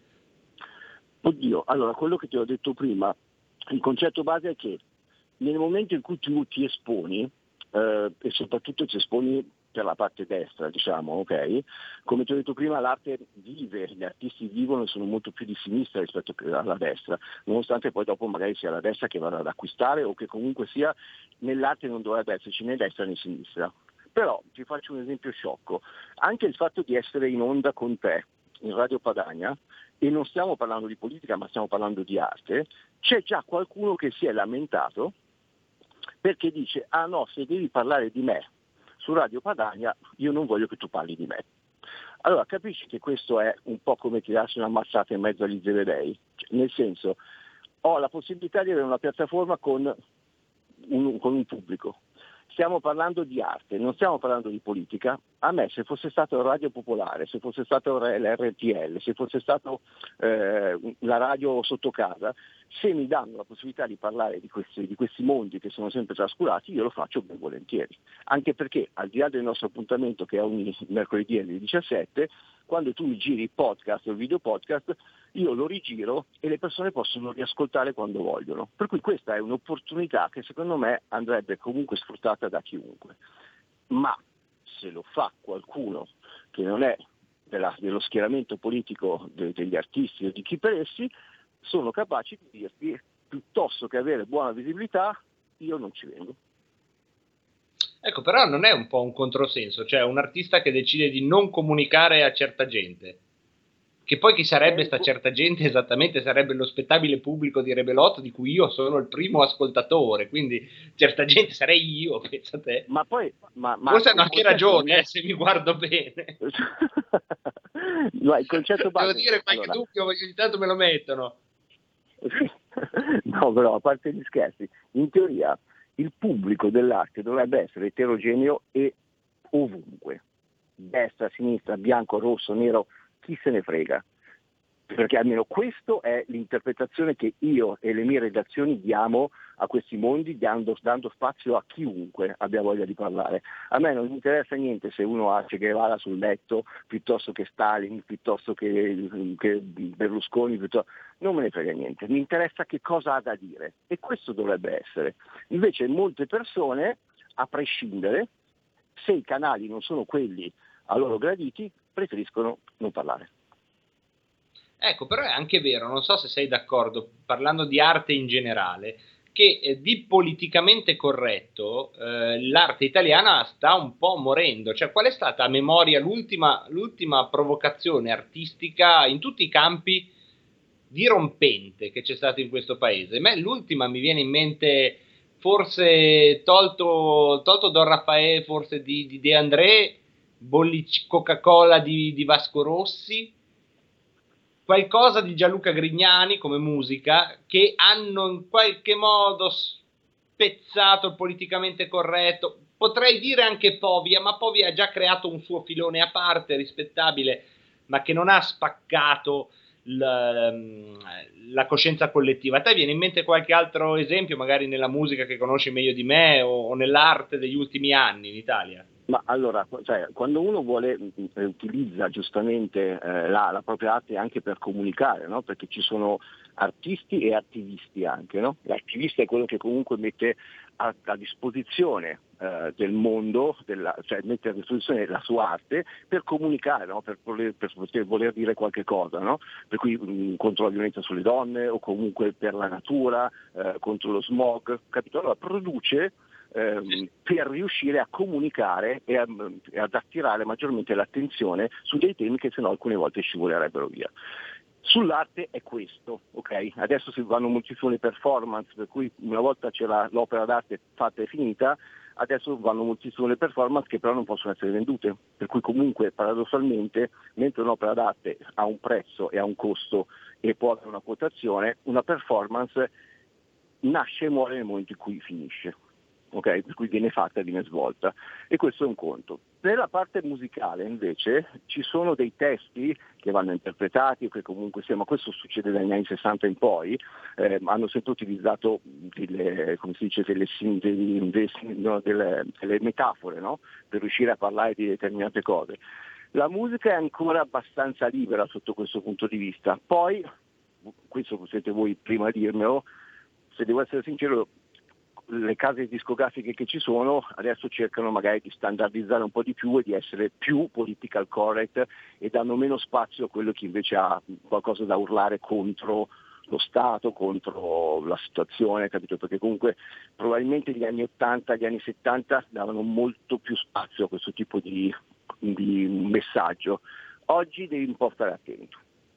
Oddio, allora quello che ti ho detto prima, il concetto base è che nel momento in cui tu ti esponi eh, e soprattutto ti esponi per la parte destra, diciamo, ok? Come ti ho detto prima, l'arte vive, gli artisti vivono e sono molto più di sinistra rispetto alla destra, nonostante poi dopo magari sia la destra che vada ad acquistare o che comunque sia nell'arte non dovrebbe esserci né destra né sinistra. Però ti faccio un esempio sciocco, anche il fatto di essere in onda con te in Radio Padania, e non stiamo parlando di politica ma stiamo parlando di arte, c'è già qualcuno che si è lamentato perché dice ah no, se devi parlare di me su Radio Padania io non voglio che tu parli di me. Allora capisci che questo è un po' come tirarsi una mazzata in mezzo agli zebedei, cioè, nel senso ho la possibilità di avere una piattaforma con un, con un pubblico. Stiamo parlando di arte, non stiamo parlando di politica. A me se fosse stato Radio Popolare, se fosse stato l'R T L, se fosse stato eh, la radio sotto casa, se mi danno la possibilità di parlare di questi, di questi mondi che sono sempre trascurati, io lo faccio ben volentieri. Anche perché al di là del nostro appuntamento che è ogni mercoledì alle diciassette, quando tu mi giri il podcast o il video podcast, io lo rigiro e le persone possono riascoltare quando vogliono. Per cui questa è un'opportunità che secondo me andrebbe comunque sfruttata da chiunque. Ma se lo fa qualcuno che non è della, dello schieramento politico de, degli artisti o di chi per essi, sono capaci di dirti piuttosto che avere buona visibilità, io non ci vengo. Ecco, però non è un po' un controsenso, cioè un artista che decide di non comunicare a certa gente, che poi chi sarebbe sta certa gente esattamente sarebbe lo spettabile pubblico di Rebelot di cui io sono il primo ascoltatore, quindi certa gente sarei io, pensa te. Ma poi ma, ma forse hanno anche ragione, eh, se mi guardo bene. No, il concetto base, devo dire qualche allora... dubbio, ogni tanto me lo mettono. No, però a parte gli scherzi, in teoria il pubblico dell'arte dovrebbe essere eterogeneo e ovunque, destra, sinistra, bianco, rosso, nero, chi se ne frega, perché almeno questa è l'interpretazione che io e le mie redazioni diamo a questi mondi, dando, dando spazio a chiunque abbia voglia di parlare. A me non interessa niente se uno ha Che Guevara sul letto piuttosto che Stalin, piuttosto che, che Berlusconi, piuttosto... non me ne frega niente, mi interessa che cosa ha da dire e questo dovrebbe essere. Invece molte persone, a prescindere, se i canali non sono quelli a loro graditi, preferiscono non parlare. Ecco, però è anche vero, non so se sei d'accordo, parlando di arte in generale, che eh, di politicamente corretto eh, l'arte italiana sta un po' morendo. Cioè, qual è stata a memoria l'ultima, l'ultima provocazione artistica in tutti i campi dirompente che c'è stata in questo paese? A me l'ultima mi viene in mente, forse tolto, tolto Don Raffaele, forse di, di De André, Bollic- Coca-Cola di, di Vasco Rossi, qualcosa di Gianluca Grignani come musica, che hanno in qualche modo spezzato il politicamente corretto. Potrei dire anche Povia, ma Povia ha già creato un suo filone a parte, rispettabile, ma che non ha spaccato la, la coscienza collettiva. A te viene in mente qualche altro esempio, magari nella musica che conosci meglio di me o, o nell'arte degli ultimi anni in Italia? Ma allora, cioè, quando uno vuole, eh, utilizza giustamente eh, la, la propria arte anche per comunicare, no? Perché ci sono artisti e attivisti anche, no? L'attivista è quello che comunque mette a, a disposizione eh, del mondo, della, cioè mette a disposizione la sua arte per comunicare, no? Per voler, per poter voler dire qualche cosa, no? Per cui mh, contro la violenza sulle donne o comunque per la natura, eh, contro lo smog, capito? Allora produce Ehm, per riuscire a comunicare e, a, e ad attirare maggiormente l'attenzione su dei temi che sennò alcune volte scivolerebbero via. Sull'arte è questo, ok? Adesso si vanno moltissimo le performance, per cui una volta c'era l'opera d'arte fatta e finita, adesso vanno moltissimo le performance che però non possono essere vendute, per cui comunque paradossalmente mentre un'opera d'arte ha un prezzo e ha un costo e può avere una quotazione, una performance nasce e muore nel momento in cui finisce. Okay, per cui viene fatta e viene svolta, e questo è un conto. Per la parte musicale invece ci sono dei testi che vanno interpretati, che comunque sia, ma questo succede dagli anni sessanta in poi, eh, hanno sempre utilizzato delle, come si dice, delle, delle, delle, no, delle, delle metafore, no? Per riuscire a parlare di determinate cose. La musica è ancora abbastanza libera sotto questo punto di vista. Poi, questo potete voi prima dirmelo, se devo essere sincero, le case discografiche che ci sono adesso cercano magari di standardizzare un po' di più e di essere più political correct e danno meno spazio a quello che invece ha qualcosa da urlare contro lo Stato, contro la situazione, capito? Perché comunque probabilmente gli anni ottanta, gli anni settanta davano molto più spazio a questo tipo di, di messaggio. Oggi devi un po' stare attento.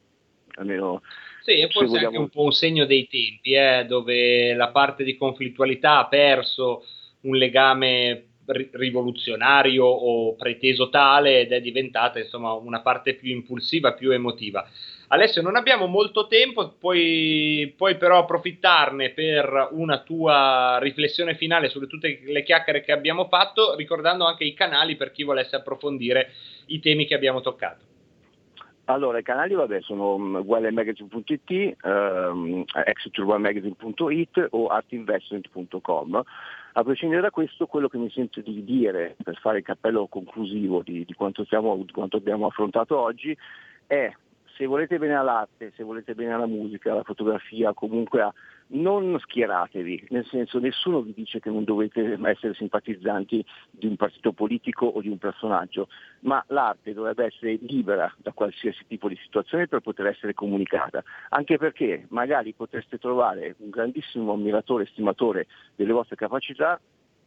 Almeno, sì, e forse vogliamo... anche un po' un segno dei tempi, eh, dove la parte di conflittualità ha perso un legame ri- rivoluzionario o preteso tale ed è diventata insomma una parte più impulsiva, più emotiva. Alessio, non abbiamo molto tempo, puoi, puoi però approfittarne per una tua riflessione finale sulle tutte le chiacchiere che abbiamo fatto, ricordando anche i canali per chi volesse approfondire i temi che abbiamo toccato. Allora, i canali vabbè sono wellmagazine punto it, um, exeter magazine punto it o artinvestment punto com. A prescindere da questo, quello che mi sento di dire per fare il cappello conclusivo di, di, quanto stiamo, di quanto abbiamo affrontato oggi è: se volete bene all'arte, se volete bene alla musica, alla fotografia, comunque a, non schieratevi, nel senso nessuno vi dice che non dovete essere simpatizzanti di un partito politico o di un personaggio, ma l'arte dovrebbe essere libera da qualsiasi tipo di situazione per poter essere comunicata, anche perché magari potreste trovare un grandissimo ammiratore e stimatore delle vostre capacità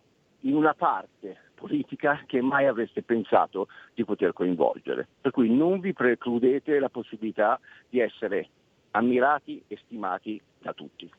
in una parte politica che mai avreste pensato di poter coinvolgere. Per cui non vi precludete la possibilità di essere ammirati e stimati da tutti.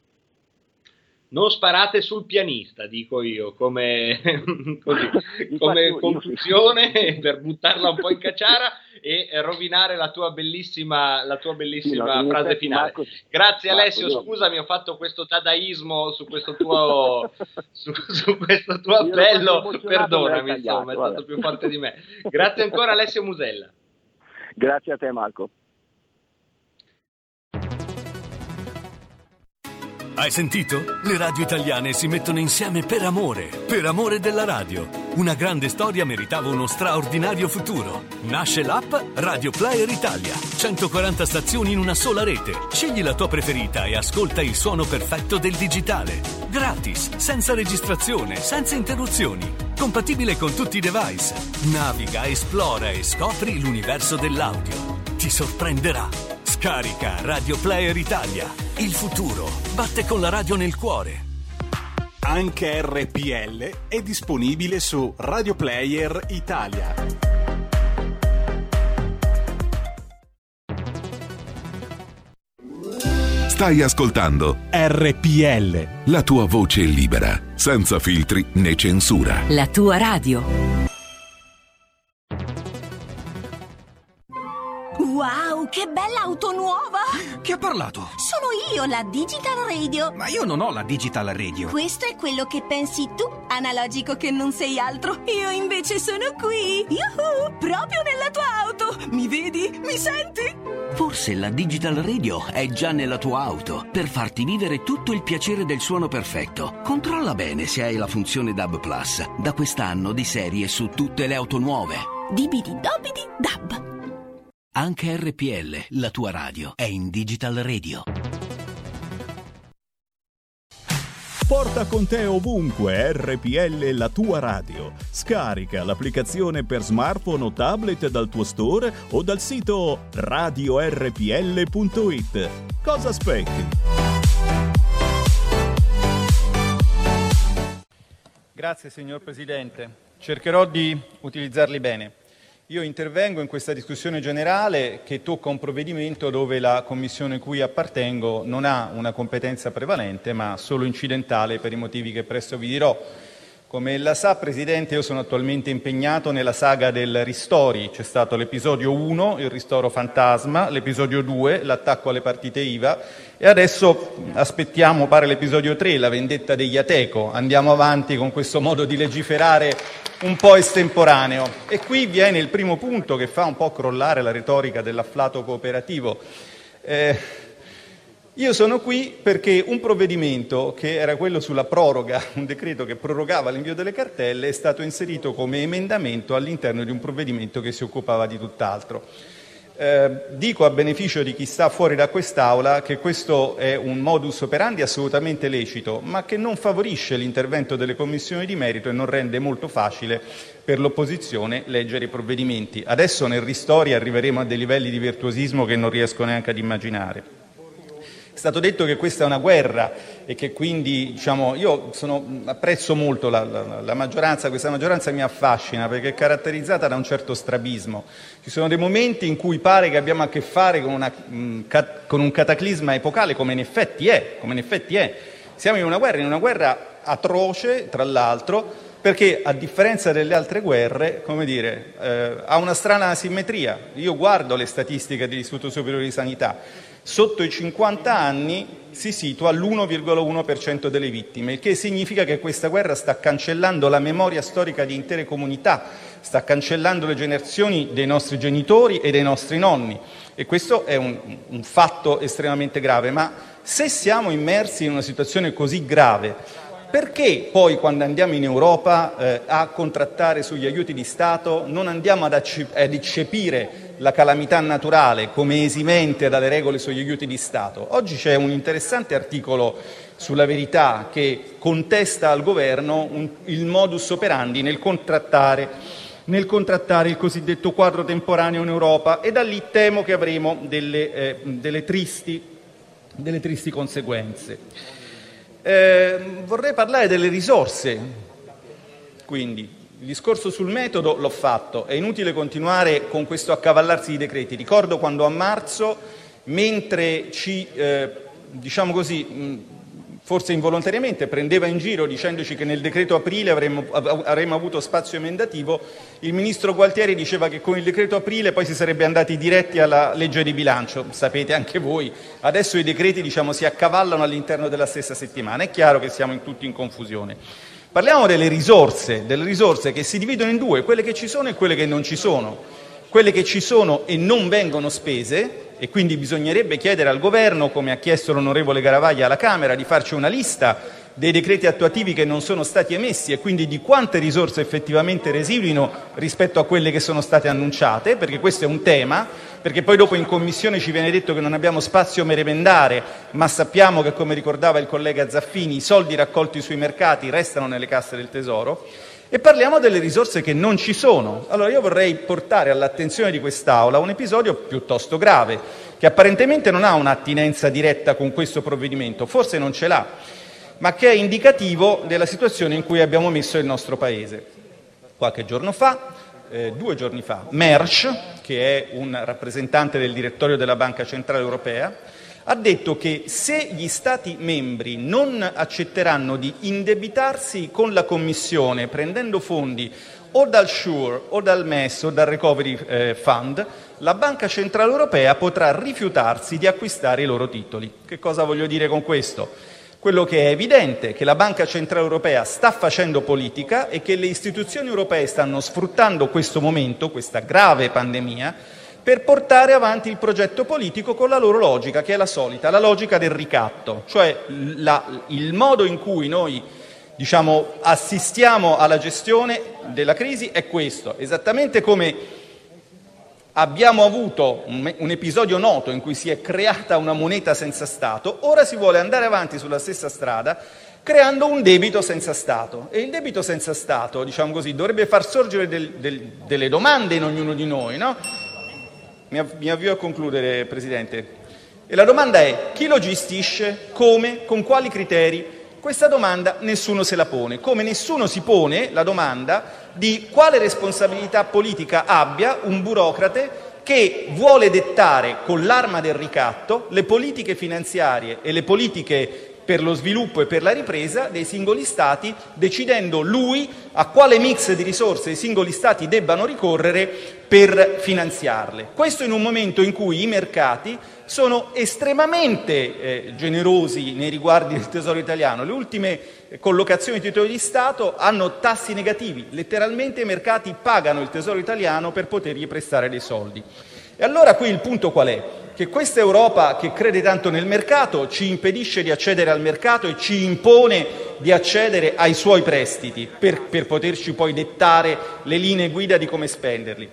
Non sparate sul pianista, dico io, come, così, come conclusione per buttarla un po' in cacciara e rovinare la tua bellissima, la tua bellissima sì, frase finale. Marco, Grazie Marco, Alessio, io... scusami, ho fatto questo dadaismo su questo tuo, su, su questo tuo appello, perdonami, insomma, è stato vabbè. più forte di me. Grazie ancora Alessio Musella. Grazie a te Marco. Hai sentito? Le radio italiane si mettono insieme per amore, per amore della radio. Una grande storia meritava uno straordinario futuro. Nasce l'app Radio Player Italia. centoquaranta stazioni in una sola rete. Scegli la tua preferita e ascolta il suono perfetto del digitale. Gratis, senza registrazione, senza interruzioni. Compatibile con tutti i device. Naviga, esplora e scopri l'universo dell'audio. Ti sorprenderà. Scarica Radio Player Italia. Il futuro batte con la radio nel cuore. Anche R P L è disponibile su Radio Player Italia. Stai ascoltando R P L, la tua voce libera, senza filtri né censura. La tua radio. Wow, che bella auto nuova! Chi ha parlato? Sono io, la Digital Radio. Ma io non ho la Digital Radio. Questo è quello che pensi tu, analogico che non sei altro. Io invece sono qui, yuhu, proprio nella tua auto. Mi vedi? Mi senti? Forse la Digital Radio è già nella tua auto per farti vivere tutto il piacere del suono perfetto. Controlla bene se hai la funzione D A B Plus. Da quest'anno di serie su tutte le auto nuove. Dibidi dobidi dab. Anche R P L, la tua radio, è in Digital Radio. Porta con te ovunque R P L, la tua radio. Scarica l'applicazione per smartphone o tablet dal tuo store o dal sito radio R P L punto it. Cosa aspetti? Grazie signor Presidente. Cercherò di utilizzarli bene. Io intervengo in questa discussione generale che tocca un provvedimento dove la Commissione cui appartengo non ha una competenza prevalente, ma solo incidentale per i motivi che presto vi dirò. Come ella sa, Presidente, io sono attualmente impegnato nella saga del ristori. C'è stato l'episodio uno, il ristoro fantasma, l'episodio due, l'attacco alle partite I V A, e adesso aspettiamo, pare, l'episodio tre, la vendetta degli Ateco. Andiamo avanti con questo modo di legiferare un po' estemporaneo. E qui viene il primo punto che fa un po' crollare la retorica dell'afflato cooperativo. Eh, Io sono qui perché un provvedimento che era quello sulla proroga, un decreto che prorogava l'invio delle cartelle, è stato inserito come emendamento all'interno di un provvedimento che si occupava di tutt'altro. Eh, dico a beneficio di chi sta fuori da quest'Aula che questo è un modus operandi assolutamente lecito, ma che non favorisce l'intervento delle commissioni di merito e non rende molto facile per l'opposizione leggere i provvedimenti. Adesso nel ristori arriveremo a dei livelli di virtuosismo che non riesco neanche ad immaginare. È stato detto che questa è una guerra e che quindi, diciamo, io sono, apprezzo molto la, la, la maggioranza, questa maggioranza mi affascina perché è caratterizzata da un certo strabismo. Ci sono dei momenti in cui pare che abbiamo a che fare con, una, con un cataclisma epocale, come in effetti è, come in effetti è. Siamo in una guerra, in una guerra atroce, tra l'altro, perché a differenza delle altre guerre, come dire, eh, ha una strana asimmetria. Io guardo le statistiche dell'Istituto Superiore di Sanità. Sotto i cinquanta anni si situa all'uno virgola uno per cento delle vittime, il che significa che questa guerra sta cancellando la memoria storica di intere comunità, sta cancellando le generazioni dei nostri genitori e dei nostri nonni. E questo è un, un fatto estremamente grave. Ma se siamo immersi in una situazione così grave, perché poi quando andiamo in Europa eh, a contrattare sugli aiuti di Stato non andiamo ad, acce- ad eccepire la calamità naturale come esimente dalle regole sugli aiuti di Stato? Oggi c'è un interessante articolo sulla Verità che contesta al governo un, il modus operandi nel contrattare, nel contrattare il cosiddetto quadro temporaneo in Europa, e da lì temo che avremo delle, eh, delle, tristi, delle tristi conseguenze. Eh, vorrei parlare delle risorse, quindi il discorso sul metodo l'ho fatto, è inutile continuare con questo accavallarsi di decreti. Ricordo quando a marzo, mentre ci, eh, diciamo così, mh, forse involontariamente prendeva in giro dicendoci che nel decreto aprile avremmo, avremmo avuto spazio emendativo, il ministro Gualtieri diceva che con il decreto aprile poi si sarebbe andati diretti alla legge di bilancio. Sapete anche voi, adesso i decreti, diciamo, si accavallano all'interno della stessa settimana. È chiaro che siamo in tutti in confusione. Parliamo delle risorse, delle risorse che si dividono in due, quelle che ci sono e quelle che non ci sono. Quelle che ci sono e non vengono spese, e quindi bisognerebbe chiedere al governo, come ha chiesto l'onorevole Garavaglia alla Camera, di farci una lista dei decreti attuativi che non sono stati emessi e quindi di quante risorse effettivamente residuino rispetto a quelle che sono state annunciate, perché questo è un tema, perché poi dopo in Commissione ci viene detto che non abbiamo spazio per emendare, ma sappiamo che, come ricordava il collega Zaffini, i soldi raccolti sui mercati restano nelle casse del Tesoro. E parliamo delle risorse che non ci sono. Allora io vorrei portare all'attenzione di quest'Aula un episodio piuttosto grave, che apparentemente non ha un'attinenza diretta con questo provvedimento, forse non ce l'ha, ma che è indicativo della situazione in cui abbiamo messo il nostro Paese. Qualche giorno fa, eh, due giorni fa, Mersch, che è un rappresentante del direttorio della Banca Centrale Europea, ha detto che se gli Stati membri non accetteranno di indebitarsi con la Commissione prendendo fondi o dal SURE o dal M E S o dal Recovery eh, Fund, la Banca Centrale Europea potrà rifiutarsi di acquistare i loro titoli. Che cosa voglio dire con questo? Quello che è evidente è che la Banca Centrale Europea sta facendo politica e che le istituzioni europee stanno sfruttando questo momento, questa grave pandemia, per portare avanti il progetto politico con la loro logica, che è la solita, la logica del ricatto, cioè la, il modo in cui noi diciamo, assistiamo alla gestione della crisi è questo, esattamente come abbiamo avuto un, un episodio noto in cui si è creata una moneta senza Stato, ora si vuole andare avanti sulla stessa strada creando un debito senza Stato. E il debito senza Stato, diciamo così, dovrebbe far sorgere del, del, delle domande in ognuno di noi, no? Mi, av- mi avvio a concludere, Presidente. E la domanda è: chi lo gestisce? Come? Con quali criteri? Questa domanda nessuno se la pone, come nessuno si pone la domanda di quale responsabilità politica abbia un burocrate che vuole dettare con l'arma del ricatto le politiche finanziarie e le politiche per lo sviluppo e per la ripresa dei singoli Stati, decidendo lui a quale mix di risorse i singoli Stati debbano ricorrere per finanziarle. Questo in un momento in cui i mercati sono estremamente eh, generosi nei riguardi del Tesoro italiano. Le ultime collocazioni di titoli di Stato hanno tassi negativi, letteralmente i mercati pagano il Tesoro italiano per potergli prestare dei soldi. E allora qui il punto qual è? Che questa Europa che crede tanto nel mercato ci impedisce di accedere al mercato e ci impone di accedere ai suoi prestiti per, per poterci poi dettare le linee guida di come spenderli.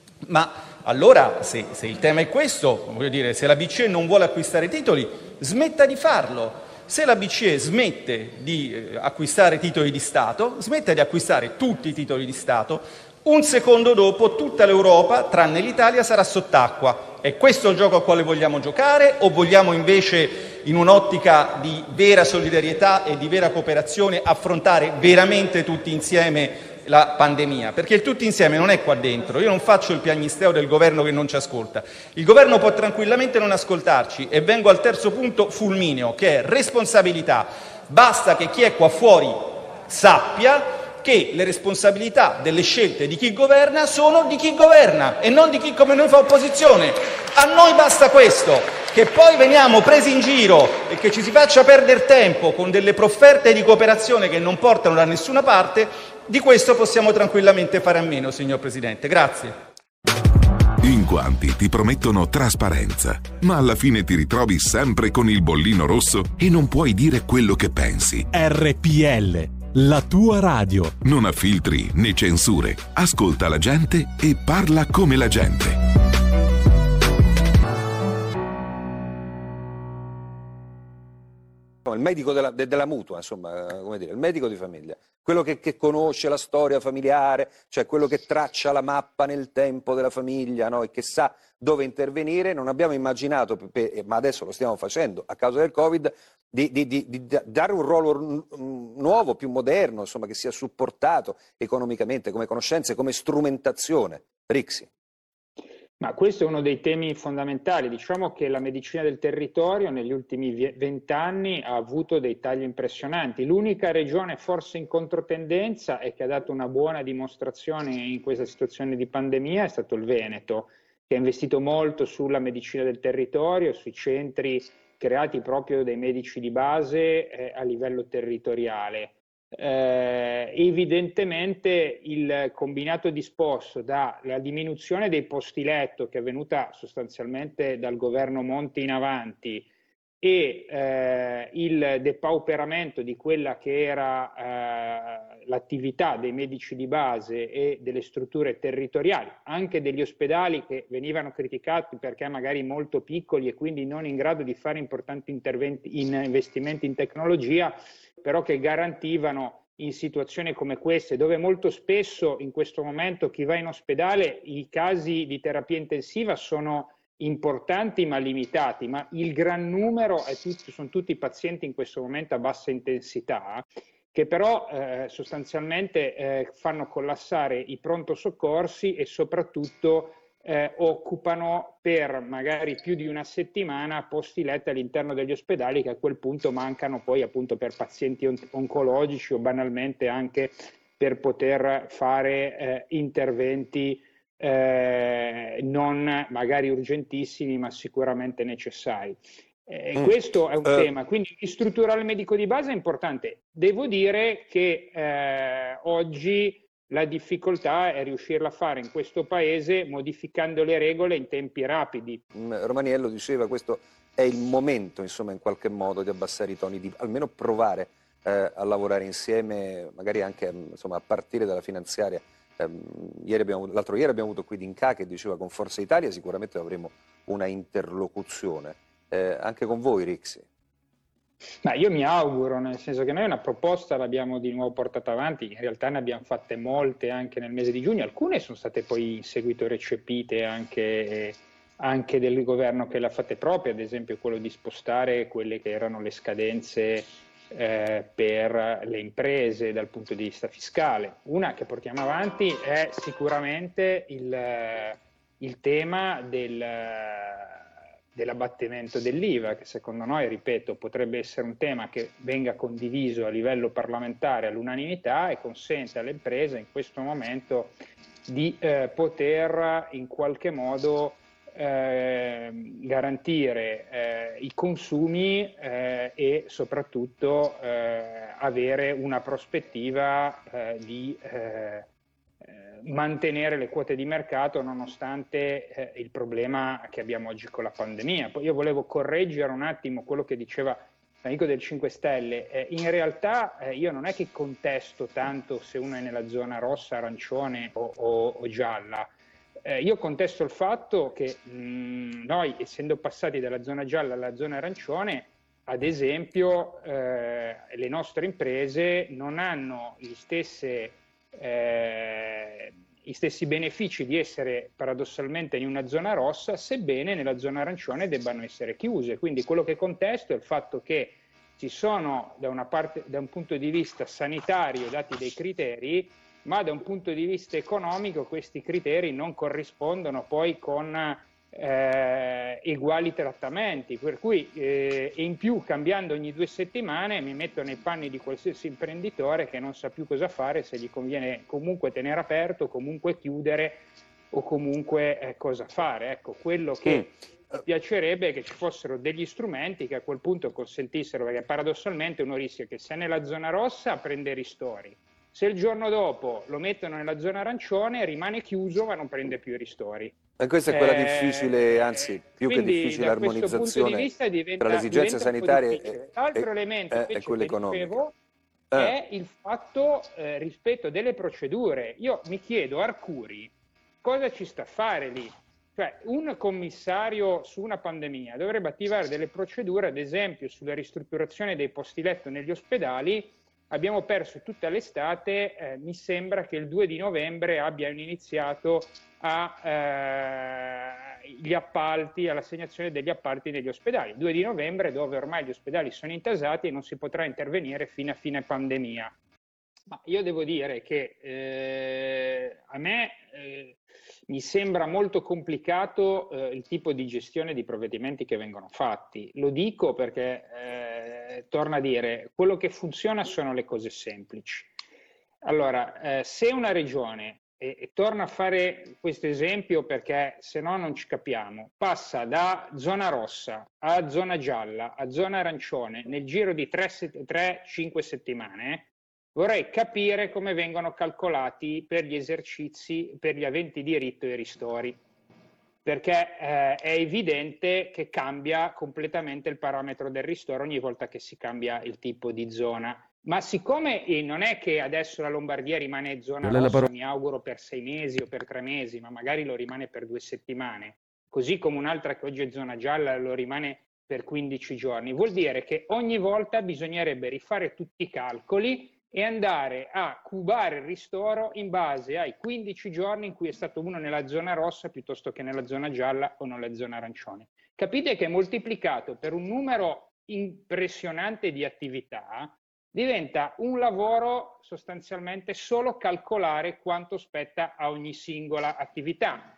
Ma allora, se, se il tema è questo, voglio dire, se la B C E non vuole acquistare titoli, smetta di farlo. Se la B C E smette di eh, acquistare titoli di Stato, smetta di acquistare tutti i titoli di Stato, un secondo dopo tutta l'Europa, tranne l'Italia, sarà sott'acqua. È questo il gioco al quale vogliamo giocare o vogliamo invece, in un'ottica di vera solidarietà e di vera cooperazione, affrontare veramente tutti insieme la pandemia? Perché il tutti insieme non è qua dentro. Io non faccio il piagnisteo del governo che non ci ascolta. Il governo può tranquillamente non ascoltarci e vengo al terzo punto fulmineo, che è responsabilità. Basta che chi è qua fuori sappia che le responsabilità delle scelte di chi governa sono di chi governa e non di chi come noi fa opposizione. A noi basta questo. Che poi veniamo presi in giro e che ci si faccia perdere tempo con delle profferte di cooperazione che non portano da nessuna parte, di questo possiamo tranquillamente fare a meno, signor Presidente. Grazie. In quanti ti promettono trasparenza, ma alla fine ti ritrovi sempre con il bollino rosso e non puoi dire quello che pensi. R P L, la tua radio. Non ha filtri né censure. Ascolta la gente e parla come la gente. Il medico della, de, della mutua, insomma, come dire, il medico di famiglia, quello che, che conosce la storia familiare, cioè quello che traccia la mappa nel tempo della famiglia, no? E che sa dove intervenire. Non abbiamo immaginato, ma adesso lo stiamo facendo a causa del Covid, di, di, di, di dare un ruolo nuovo, più moderno, insomma, che sia supportato economicamente, come conoscenze, come strumentazione. Rixi. Ma questo è uno dei temi fondamentali. Diciamo che la medicina del territorio negli ultimi vent'anni ha avuto dei tagli impressionanti. L'unica regione forse in controtendenza e che ha dato una buona dimostrazione in questa situazione di pandemia è stato il Veneto, che ha investito molto sulla medicina del territorio, sui centri creati proprio dai medici di base eh, a livello territoriale. Eh, evidentemente il combinato disposto dalla diminuzione dei posti letto che è avvenuta sostanzialmente dal governo Monti in avanti e eh, il depauperamento di quella che era eh, l'attività dei medici di base e delle strutture territoriali, anche degli ospedali che venivano criticati perché magari molto piccoli e quindi non in grado di fare importanti interventi in investimenti in tecnologia, però che garantivano in situazioni come queste, dove molto spesso in questo momento chi va in ospedale, i casi di terapia intensiva sono importanti ma limitati, ma il gran numero è tutti, sono tutti pazienti in questo momento a bassa intensità, che però eh, sostanzialmente eh, fanno collassare i pronto soccorsi e soprattutto Eh, occupano per magari più di una settimana posti letto all'interno degli ospedali, che a quel punto mancano poi appunto per pazienti on- oncologici o banalmente anche per poter fare eh, interventi eh, non magari urgentissimi, ma sicuramente necessari. Eh, Mm. questo è un Eh. tema, quindi ristrutturare il medico di base è importante. Devo dire che eh, oggi la difficoltà è riuscirla a fare in questo paese modificando le regole in tempi rapidi. Mm, Romaniello diceva questo è il momento, insomma, in qualche modo di abbassare i toni, di almeno provare eh, a lavorare insieme, magari anche mm, insomma, a partire dalla finanziaria. Ehm, ieri abbiamo, l'altro ieri abbiamo avuto qui D'Inca che diceva con Forza Italia sicuramente avremo una interlocuzione. Eh, anche con voi, Rixi. Ma io mi auguro, nel senso che noi una proposta l'abbiamo di nuovo portata avanti, in realtà ne abbiamo fatte molte anche nel mese di giugno, alcune sono state poi in seguito recepite anche, anche del governo che le ha fatte proprie, ad esempio quello di spostare quelle che erano le scadenze eh, per le imprese dal punto di vista fiscale. Una che portiamo avanti è sicuramente il, il tema del... dell'abbattimento dell'I V A, che secondo noi, ripeto, potrebbe essere un tema che venga condiviso a livello parlamentare all'unanimità e consente alle imprese in questo momento di eh, poter in qualche modo eh, garantire eh, i consumi eh, e soprattutto eh, avere una prospettiva eh, di eh, mantenere le quote di mercato nonostante eh, il problema che abbiamo oggi con la pandemia. Poi io volevo correggere un attimo quello che diceva l'amico del cinque Stelle. Eh, in realtà eh, io non è che contesto tanto se uno è nella zona rossa, arancione o, o, o gialla. Eh, io contesto il fatto che mh, noi, essendo passati dalla zona gialla alla zona arancione, ad esempio eh, le nostre imprese non hanno gli stesse Eh, gli stessi benefici di essere paradossalmente in una zona rossa, sebbene nella zona arancione debbano essere chiuse. Quindi quello che contesto è il fatto che ci sono da una parte, da un punto di vista sanitario, dati dei criteri, ma da un punto di vista economico questi criteri non corrispondono poi con eh, uguali trattamenti, per cui eh, e in più cambiando ogni due settimane mi metto nei panni di qualsiasi imprenditore che non sa più cosa fare, se gli conviene comunque tenere aperto, comunque chiudere o comunque eh, cosa fare. Ecco, quello che mm. mi piacerebbe è che ci fossero degli strumenti che a quel punto consentissero, perché paradossalmente uno rischia che se è nella zona rossa prende ristori, se il giorno dopo lo mettono nella zona arancione rimane chiuso ma non prende più i ristori. E questa è quella Eh, difficile, anzi più che quindi, difficile da questo armonizzazione punto di vista diventa- tra le esigenze diventa un po' sanitarie difficile. e, L'altro e- elemento eh, invece e quelle che economiche. dicevo Eh. è il fatto eh, rispetto delle procedure. Io mi chiedo, Arcuri, cosa ci sta a fare lì? Cioè, un commissario su una pandemia dovrebbe attivare delle procedure, ad esempio sulla ristrutturazione dei posti letto negli ospedali. Abbiamo perso tutta l'estate, eh, mi sembra che il due di novembre abbiano iniziato a, eh, gli appalti, all'assegnazione degli appalti negli ospedali. due di novembre, dove ormai gli ospedali sono intasati e non si potrà intervenire fino a fine pandemia. Ma io devo dire che eh, a me eh, mi sembra molto complicato eh, il tipo di gestione di provvedimenti che vengono fatti. Lo dico perché, eh, torno a dire, quello che funziona sono le cose semplici. Allora, eh, se una regione, e, e torno a fare questo esempio perché se no non ci capiamo, passa da zona rossa a zona gialla a zona arancione nel giro di tre cinque settimane, vorrei capire come vengono calcolati per gli esercizi, per gli aventi diritto ai ristori, perché eh, è evidente che cambia completamente il parametro del ristoro ogni volta che si cambia il tipo di zona. Ma siccome eh, non è che adesso la Lombardia rimane zona Non è la rossa, parola. mi auguro per sei mesi o per tre mesi, ma magari lo rimane per due settimane, così come un'altra che oggi è zona gialla lo rimane per quindici giorni, vuol dire che ogni volta bisognerebbe rifare tutti i calcoli e andare a cubare il ristoro in base ai quindici giorni in cui è stato uno nella zona rossa piuttosto che nella zona gialla o nella zona arancione. Capite che moltiplicato per un numero impressionante di attività diventa un lavoro sostanzialmente solo calcolare quanto spetta a ogni singola attività.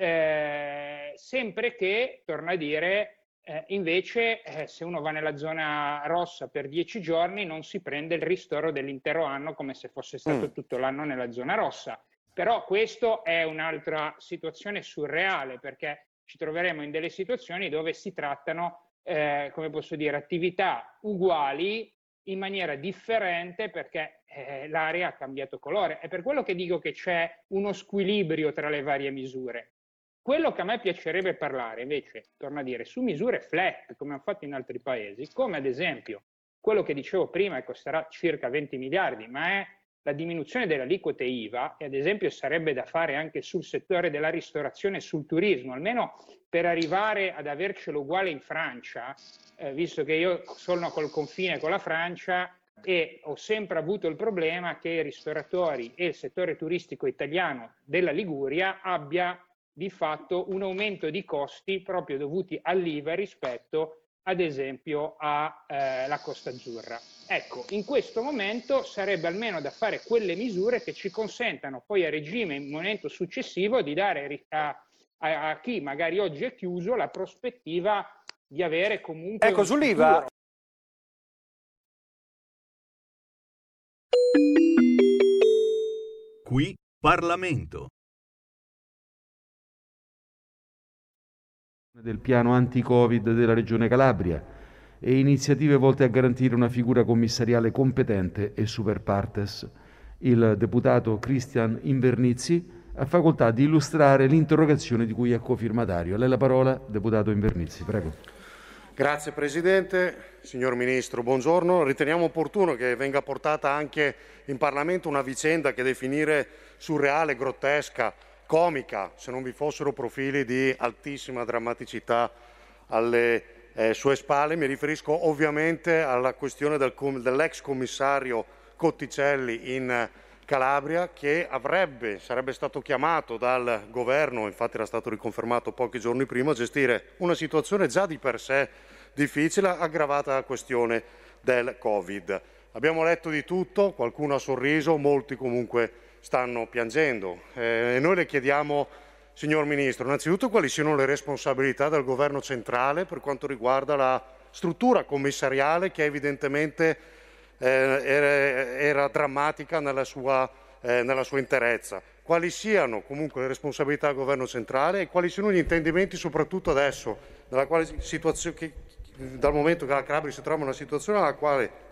Eh, sempre che, torno a dire, Eh, invece eh, se uno va nella zona rossa per dieci giorni non si prende il ristoro dell'intero anno come se fosse stato Mm. tutto l'anno nella zona rossa. Però questo è un'altra situazione surreale, perché ci troveremo in delle situazioni dove si trattano, eh, come posso dire, attività uguali in maniera differente, perché eh, l'area ha cambiato colore. È per quello che dico che c'è uno squilibrio tra le varie misure. Quello che a me piacerebbe parlare invece, torno a dire, su misure flat, come hanno fatto in altri paesi, come ad esempio quello che dicevo prima, che costerà circa venti miliardi, ma è la diminuzione delle aliquote I V A, e ad esempio sarebbe da fare anche sul settore della ristorazione e sul turismo, almeno per arrivare ad avercelo uguale in Francia, eh, visto che io sono col confine con la Francia e ho sempre avuto il problema che i ristoratori e il settore turistico italiano della Liguria abbia di fatto un aumento di costi proprio dovuti all'I V A rispetto ad esempio alla Costa Azzurra. Ecco, in questo momento sarebbe almeno da fare quelle misure che ci consentano poi a regime, in un momento successivo, di dare a, a, a chi magari oggi è chiuso la prospettiva di avere comunque... Ecco, sull'I V A... Qui Parlamento. Del piano anti-Covid della Regione Calabria e iniziative volte a garantire una figura commissariale competente e super partes. Il deputato Cristian Invernizzi ha facoltà di illustrare l'interrogazione di cui è cofirmatario. A lei la parola, deputato Invernizzi, prego. Grazie Presidente, signor Ministro, buongiorno. Riteniamo opportuno che venga portata anche in Parlamento una vicenda che definire surreale, grottesca, comica, se non vi fossero profili di altissima drammaticità alle eh, sue spalle. Mi riferisco ovviamente alla questione del, dell'ex commissario Cotticelli in Calabria, che avrebbe, sarebbe stato chiamato dal governo, infatti era stato riconfermato pochi giorni prima, a gestire una situazione già di per sé difficile, aggravata dalla questione del Covid. Abbiamo letto di tutto, qualcuno ha sorriso, molti comunque stanno piangendo. Eh, e noi le chiediamo, signor Ministro, innanzitutto quali siano le responsabilità del Governo centrale per quanto riguarda la struttura commissariale che evidentemente eh, era, era drammatica nella sua, eh, nella sua interezza. Quali siano comunque le responsabilità del Governo centrale e quali siano gli intendimenti soprattutto adesso, nella quale situazione che, dal momento che la Calabria si trova in una situazione nella quale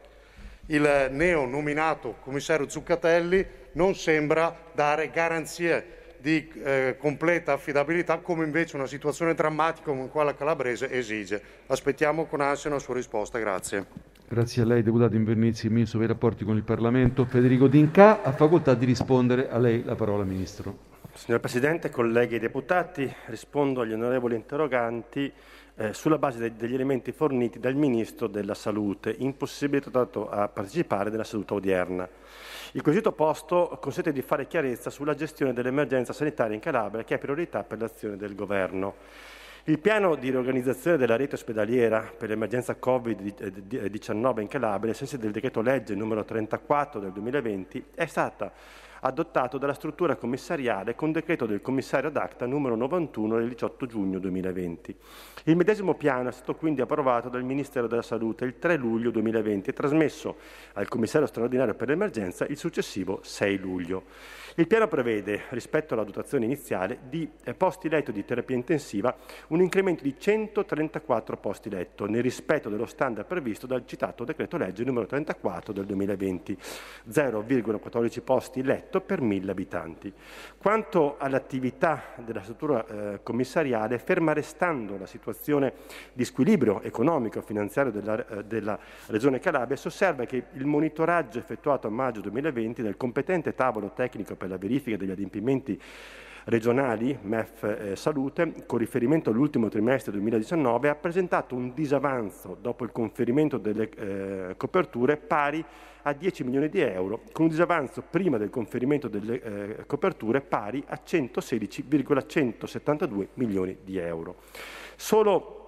il neonominato commissario Zuccatelli non sembra dare garanzie di eh, completa affidabilità, come invece una situazione drammatica come quella calabrese esige. Aspettiamo con ansia una sua risposta. Grazie. Grazie a lei, deputato Invernizzi, Ministro per i rapporti con il Parlamento. Federico D'Inca ha facoltà di rispondere. A lei la parola, Ministro. Signor Presidente, colleghi deputati, rispondo agli onorevoli interroganti eh, sulla base de- degli elementi forniti dal Ministro della Salute, impossibilitato a partecipare della seduta odierna. Il quesito posto consente di fare chiarezza sulla gestione dell'emergenza sanitaria in Calabria, che è priorità per l'azione del Governo. Il piano di riorganizzazione della rete ospedaliera per l'emergenza Covid diciannove in Calabria, ai sensi del decreto legge numero trentaquattro del duemilaventi, è stata adottato dalla struttura commissariale con decreto del commissario ad acta numero novantuno del diciotto giugno duemilaventi. Il medesimo piano è stato quindi approvato dal Ministero della Salute il tre luglio duemilaventi e trasmesso al commissario straordinario per l'emergenza il successivo sei luglio. Il piano prevede, rispetto alla dotazione iniziale, di posti letto di terapia intensiva un incremento di centotrentaquattro posti letto, nel rispetto dello standard previsto dal citato decreto legge numero trentaquattro del duemilaventi, zero virgola quattordici posti letto per mille abitanti. Quanto all'attività della struttura eh, commissariale, ferma restando la situazione di squilibrio economico-finanziario della, eh, della Regione Calabria, si osserva che il monitoraggio effettuato a maggio duemilaventi del competente tavolo tecnico per la verifica degli adempimenti regionali, M E F eh, Salute, con riferimento all'ultimo trimestre duemiladiciannove, ha presentato un disavanzo dopo il conferimento delle eh, coperture pari a dieci milioni di euro, con un disavanzo prima del conferimento delle eh, coperture pari a centosedici virgola centosettantadue milioni di euro. Solo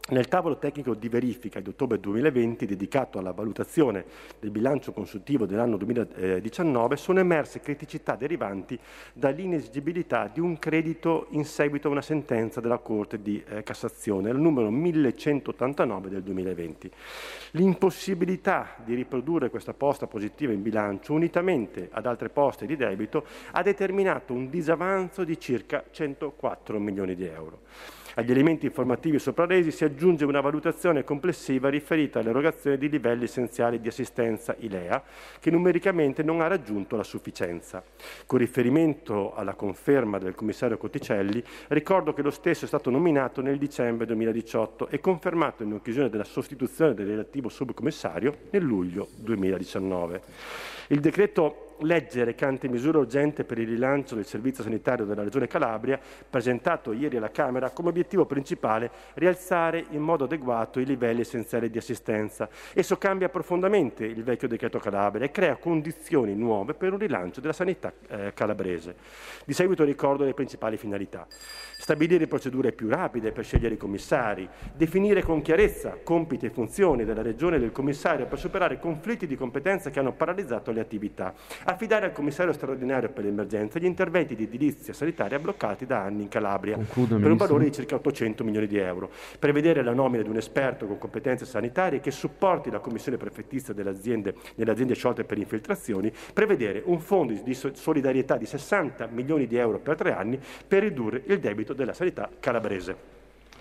Nel tavolo tecnico di verifica di ottobre duemilaventi, dedicato alla valutazione del bilancio consuntivo dell'anno duemiladiciannove, sono emerse criticità derivanti dall'inesigibilità di un credito in seguito a una sentenza della Corte di eh, Cassazione, il numero millecentottantanove del duemilaventi. L'impossibilità di riprodurre questa posta positiva in bilancio, unitamente ad altre poste di debito, ha determinato un disavanzo di circa centoquattro milioni di euro. Agli elementi informativi sopraresi si aggiunge una valutazione complessiva riferita all'erogazione di livelli essenziali di assistenza I L E A, che numericamente non ha raggiunto la sufficienza. Con riferimento alla conferma del commissario Cotticelli, ricordo che lo stesso è stato nominato nel dicembre duemiladiciotto e confermato in occasione della sostituzione del relativo subcommissario nel luglio duemiladiciannove. Il decreto legge recante misure urgenti per il rilancio del servizio sanitario della Regione Calabria, presentato ieri alla Camera, come obiettivo principale rialzare in modo adeguato i livelli essenziali di assistenza. Esso cambia profondamente il vecchio decreto Calabria e crea condizioni nuove per un rilancio della sanità eh, calabrese. Di seguito ricordo le principali finalità. Stabilire procedure più rapide per scegliere i commissari, definire con chiarezza compiti e funzioni della Regione e del commissario per superare conflitti di competenza che hanno paralizzato le attività, affidare al commissario straordinario per l'emergenza gli interventi di edilizia sanitaria bloccati da anni in Calabria, Concludo, per un Ministro. valore di circa ottocento milioni di euro, prevedere la nomina di un esperto con competenze sanitarie che supporti la commissione prefettizia delle aziende, delle aziende sciolte per infiltrazioni, prevedere un fondo di solidarietà di sessanta milioni di euro per tre anni per ridurre il debito della sanità calabrese.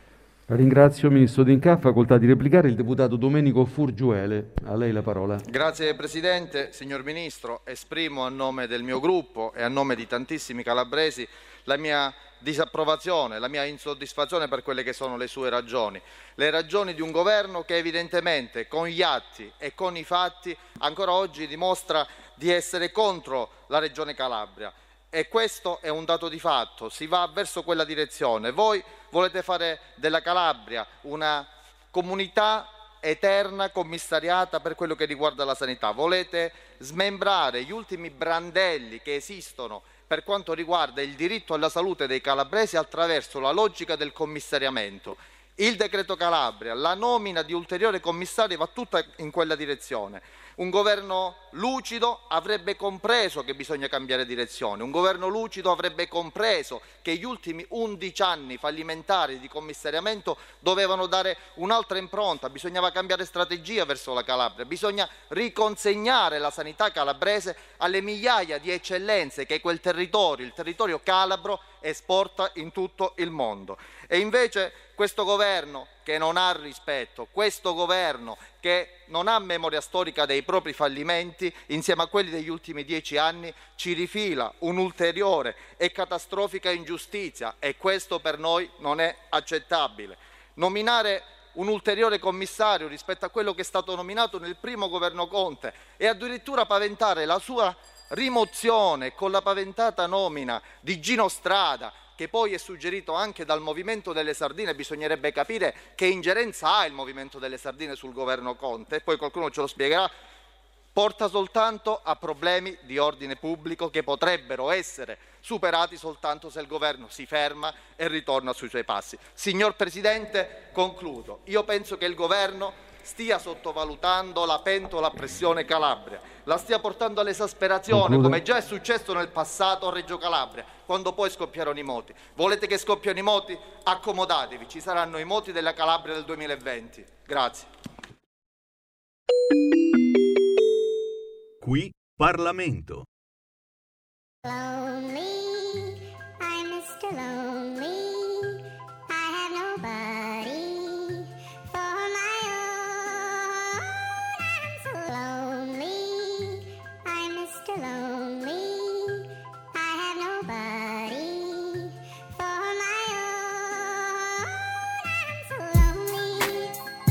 La ringrazio, Ministro D'Incà. Facoltà di replicare il deputato Domenico Furgiuele. A lei la parola. Grazie Presidente. Signor Ministro, esprimo a nome del mio gruppo e a nome di tantissimi calabresi la mia disapprovazione, la mia insoddisfazione per quelle che sono le sue ragioni. Le ragioni di un governo che evidentemente con gli atti e con i fatti ancora oggi dimostra di essere contro la Regione Calabria. E questo è un dato di fatto, si va verso quella direzione. Voi volete fare della Calabria una comunità eterna commissariata per quello che riguarda la sanità, volete smembrare gli ultimi brandelli che esistono per quanto riguarda il diritto alla salute dei calabresi attraverso la logica del commissariamento. Il decreto Calabria, la nomina di ulteriori commissari va tutta in quella direzione. Un governo lucido avrebbe compreso che bisogna cambiare direzione, un governo lucido avrebbe compreso che gli ultimi undici anni fallimentari di commissariamento dovevano dare un'altra impronta, bisognava cambiare strategia verso la Calabria, bisogna riconsegnare la sanità calabrese alle migliaia di eccellenze che quel territorio, il territorio calabro, esporta in tutto il mondo. E invece questo governo che non ha rispetto, questo governo che non ha memoria storica dei propri fallimenti, insieme a quelli degli ultimi dieci anni, ci rifila un'ulteriore e catastrofica ingiustizia e questo per noi non è accettabile. Nominare un ulteriore commissario rispetto a quello che è stato nominato nel primo governo Conte e addirittura paventare la sua rimozione con la paventata nomina di Gino Strada, che poi è suggerito anche dal Movimento delle Sardine, bisognerebbe capire che ingerenza ha il Movimento delle Sardine sul governo Conte, e poi qualcuno ce lo spiegherà, porta soltanto a problemi di ordine pubblico che potrebbero essere superati soltanto se il governo si ferma e ritorna sui suoi passi. Signor Presidente, concludo. Io penso che il governo stia sottovalutando la pentola a pressione Calabria, la stia portando all'esasperazione, Concludo. come già è successo nel passato a Reggio Calabria, quando poi scoppiarono i moti. Volete che scoppiano i moti? Accomodatevi, ci saranno i moti della Calabria del duemilaventi. Grazie. Qui Parlamento. Lonely, I'm Mister Lonely, I have nobody for my own. I'm so lonely, I'm Mister Lonely, I have nobody for my own. I'm so lonely.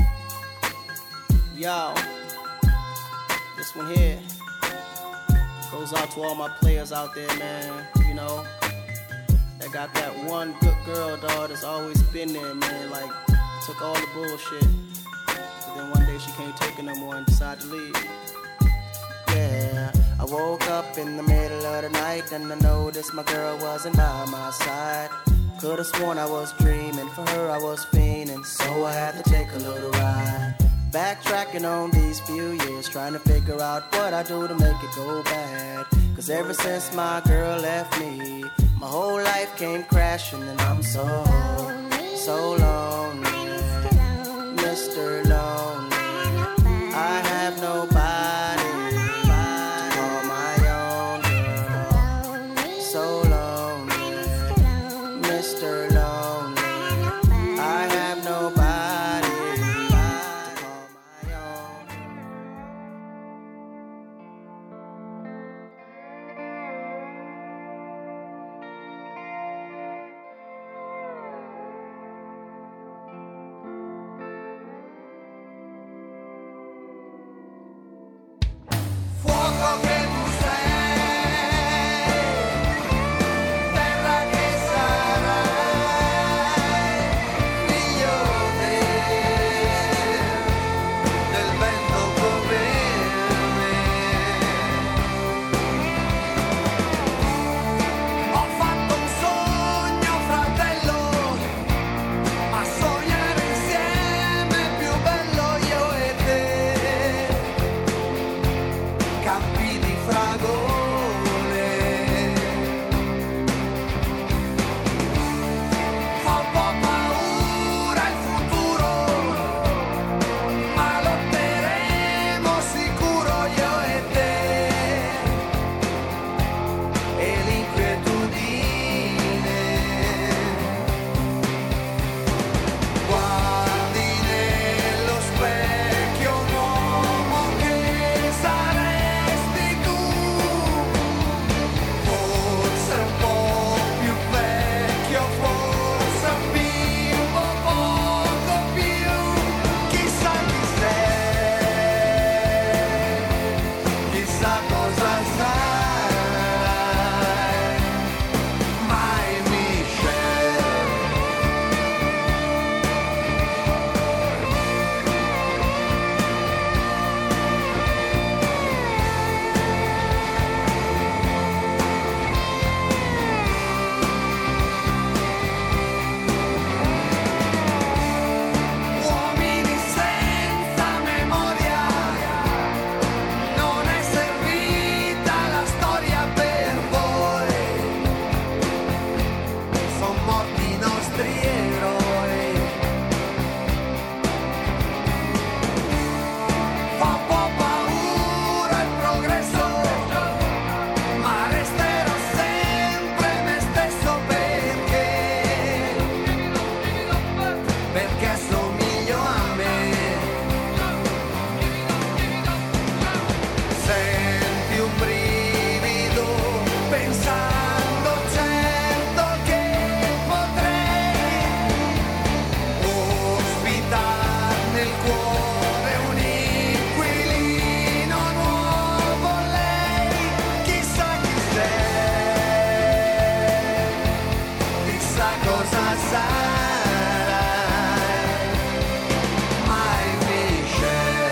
Yo, this one here goes out to all my players out there, man, you know, that got that one good girl, dog, that's always been there, man, like, took all the bullshit, but then one day she can't take it no more and decided to leave. Yeah, I woke up in the middle of the night and I noticed my girl wasn't by my side. Could've sworn I was dreaming, for her I was fiending, so I had to take a little ride. Backtracking on these few years, trying to figure out what I do to make it go bad. Cause ever since my girl left me, my whole life came crashing, and I'm so, so lonely, Mister Lonely. I have nobody to call my own girl. So lonely, Mister Lonely. I have nobody to call my own. Fuoco che tu sei, terra che sarai, figlio del, del vento come me. Ho fatto un sogno, fratello, ma sognare insieme è più bello io e te. Campi di fragole, fa un po' paura il futuro, ma lotteremo sicuro io e te. E l'inquietudine, guardi nello specchio un uomo che saresti tu, forse un po' più vecchio, forse un bimbo poco più, chissà chi sei, chissà cosa sarai, mai Michelle. Uomini senza memoria, non è servita la storia per voi, son morti i nostri eroi. Fa un po' paura il progresso, ma resterò sempre me stesso perché, perché somiglio a me. Senti un brivido pensando certo che potrei ospitare nel cuore un inquilino nuovo lei. Chissà chi sei, chissà cosa sarai, mai Michelle.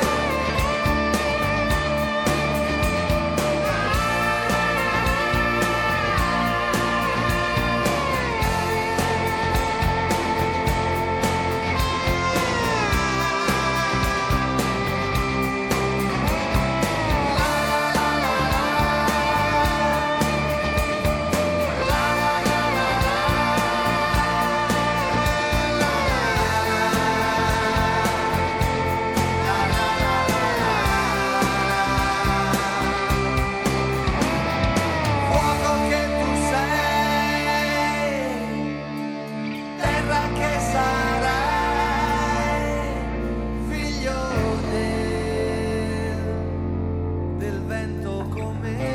Fuoco che tu sei, terra che sarai, figlio del, del vento come me.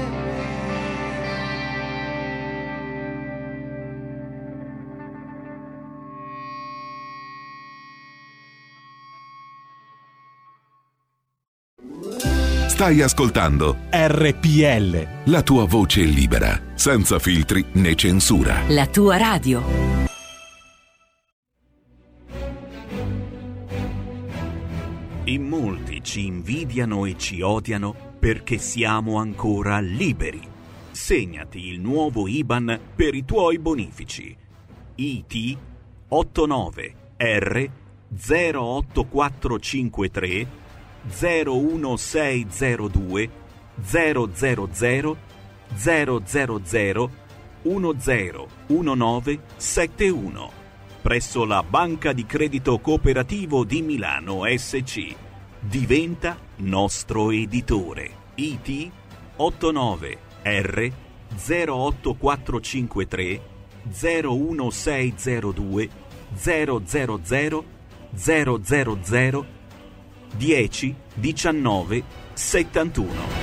Stai ascoltando R P L, la tua voce libera, senza filtri né censura. La tua radio. In molti ci invidiano e ci odiano perché siamo ancora liberi. Segnati il nuovo I B A N per i tuoi bonifici. I T ottantanove R zero otto quattro cinque tre zero uno sei zero due zero zero zero zero zero zero uno zero uno nove sette uno presso la Banca di Credito Cooperativo di Milano S C. Diventa nostro editore. I T ottantanove R zero otto quattro cinque tre zero uno sei zero due zero zero zero zero zero zero dieci diciannove settantuno.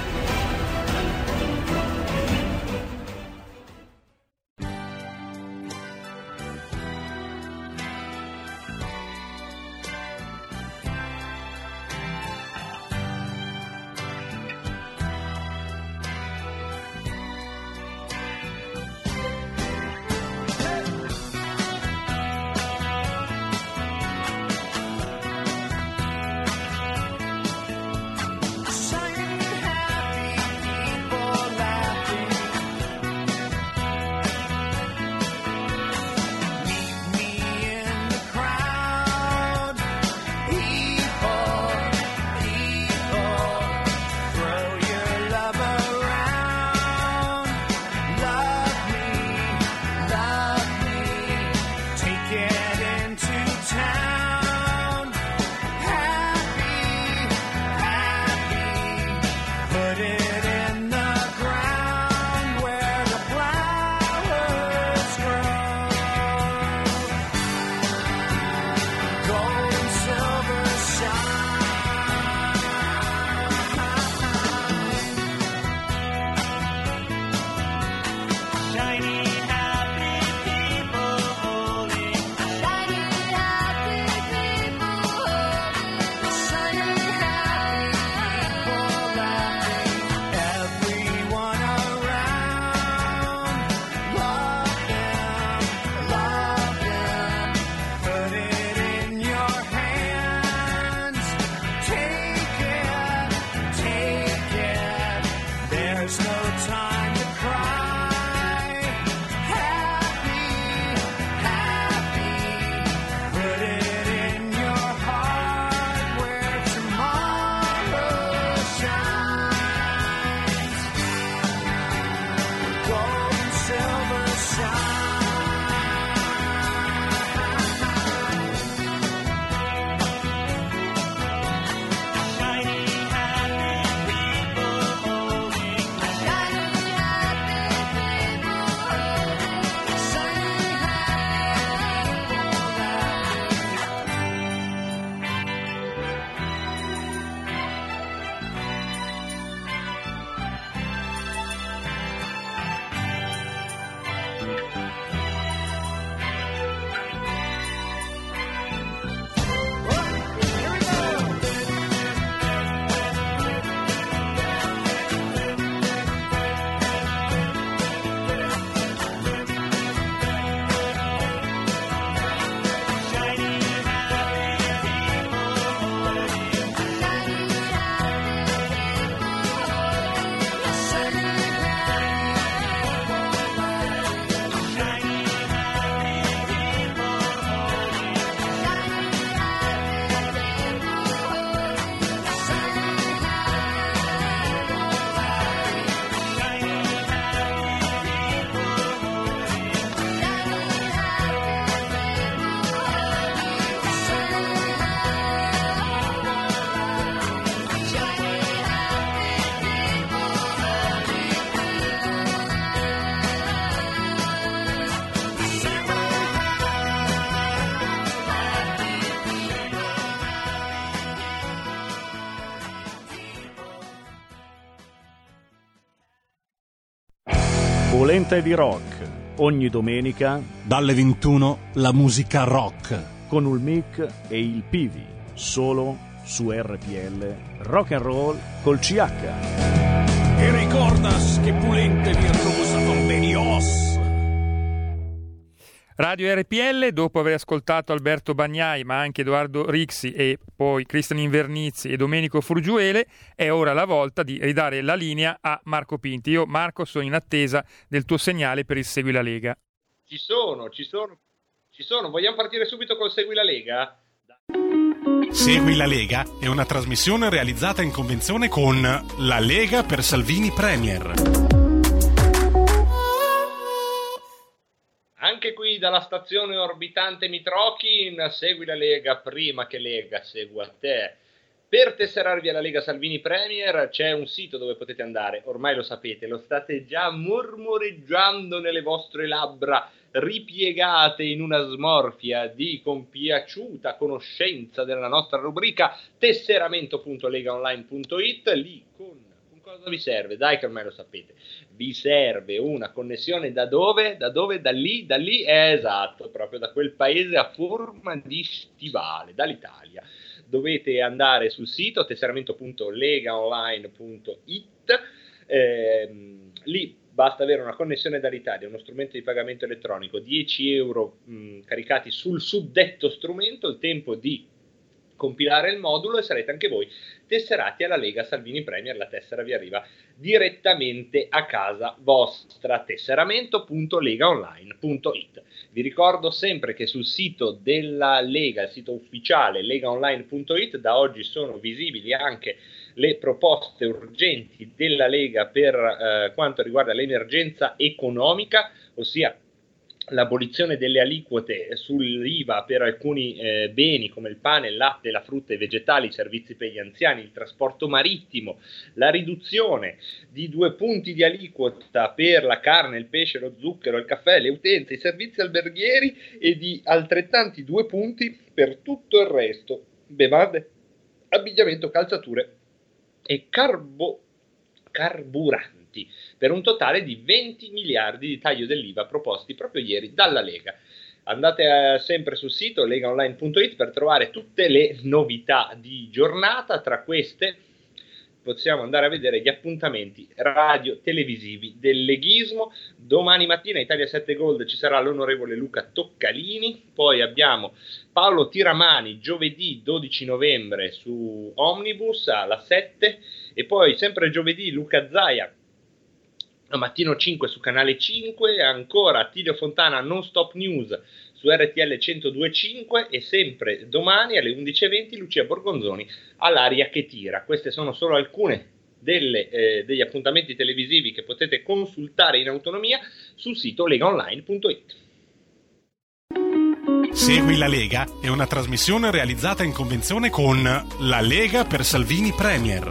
Polenta di rock, ogni domenica dalle ventuno la musica rock con il Mic e il Pivi, solo su R P L Rock and Roll col C H. E ricordas che Pulente virtuosa con Benios. Radio R P L, dopo aver ascoltato Alberto Bagnai, ma anche Edoardo Rixi e poi Cristian Invernizzi e Domenico Furgiuele, è ora la volta di ridare la linea a Marco Pinti. Io, Marco, sono in attesa del tuo segnale per il Segui la Lega. Ci sono, ci sono. Ci sono, vogliamo partire subito con Segui la Lega? Segui la Lega è una trasmissione realizzata in convenzione con La Lega per Salvini Premier. Anche qui dalla stazione orbitante Mitrochin, Segui la Lega prima che Lega segua te. Per tesserarvi alla Lega Salvini Premier c'è un sito dove potete andare, ormai lo sapete, lo state già mormoreggiando nelle vostre labbra, ripiegate in una smorfia di compiaciuta conoscenza della nostra rubrica tesseramento punto legaonline punto it. Lì con, con cosa vi serve? Dai che ormai lo sapete, vi serve una connessione da dove? Da dove? Da lì, da lì, è esatto, proprio da quel paese a forma di stivale, dall'Italia. Dovete andare sul sito tesseramento punto legaonline punto it, ehm, lì basta avere una connessione dall'Italia, uno strumento di pagamento elettronico, dieci euro mh, caricati sul suddetto strumento, il tempo di compilare il modulo e sarete anche voi tesserati alla Lega Salvini Premier. La tessera vi arriva direttamente a casa vostra, tesseramento punto legaonline punto it. Vi ricordo sempre che sul sito della Lega, il sito ufficiale legaonline punto it, da oggi sono visibili anche le proposte urgenti della Lega per eh, quanto riguarda l'emergenza economica, ossia l'abolizione delle aliquote sull'I V A per alcuni eh, beni come il pane, il latte, la frutta e i vegetali, i servizi per gli anziani, il trasporto marittimo, la riduzione di due punti di aliquota per la carne, il pesce, lo zucchero, il caffè, le utenze, i servizi alberghieri e di altrettanti due punti per tutto il resto, bevande, abbigliamento, calzature e carbo, carburanti, per un totale di venti miliardi di taglio dell'I V A proposti proprio ieri dalla Lega. Andate eh, sempre sul sito legaonline punto it per trovare tutte le novità di giornata. Tra queste possiamo andare a vedere gli appuntamenti radio televisivi del leghismo. Domani mattina Italia sette Gold ci sarà l'onorevole Luca Toccalini, poi abbiamo Paolo Tiramani giovedì dodici novembre su Omnibus alla sette, e poi sempre giovedì Luca Zaia a mattino cinque su canale cinque, ancora Attilio Fontana Non Stop News su R T L centodue e cinque, e sempre domani alle undici e venti Lucia Borgonzoni all'Aria che tira. Queste sono solo alcune delle, eh, degli appuntamenti televisivi che potete consultare in autonomia sul sito legaonline punto it. Segui la Lega è una trasmissione realizzata in convenzione con La Lega per Salvini Premier.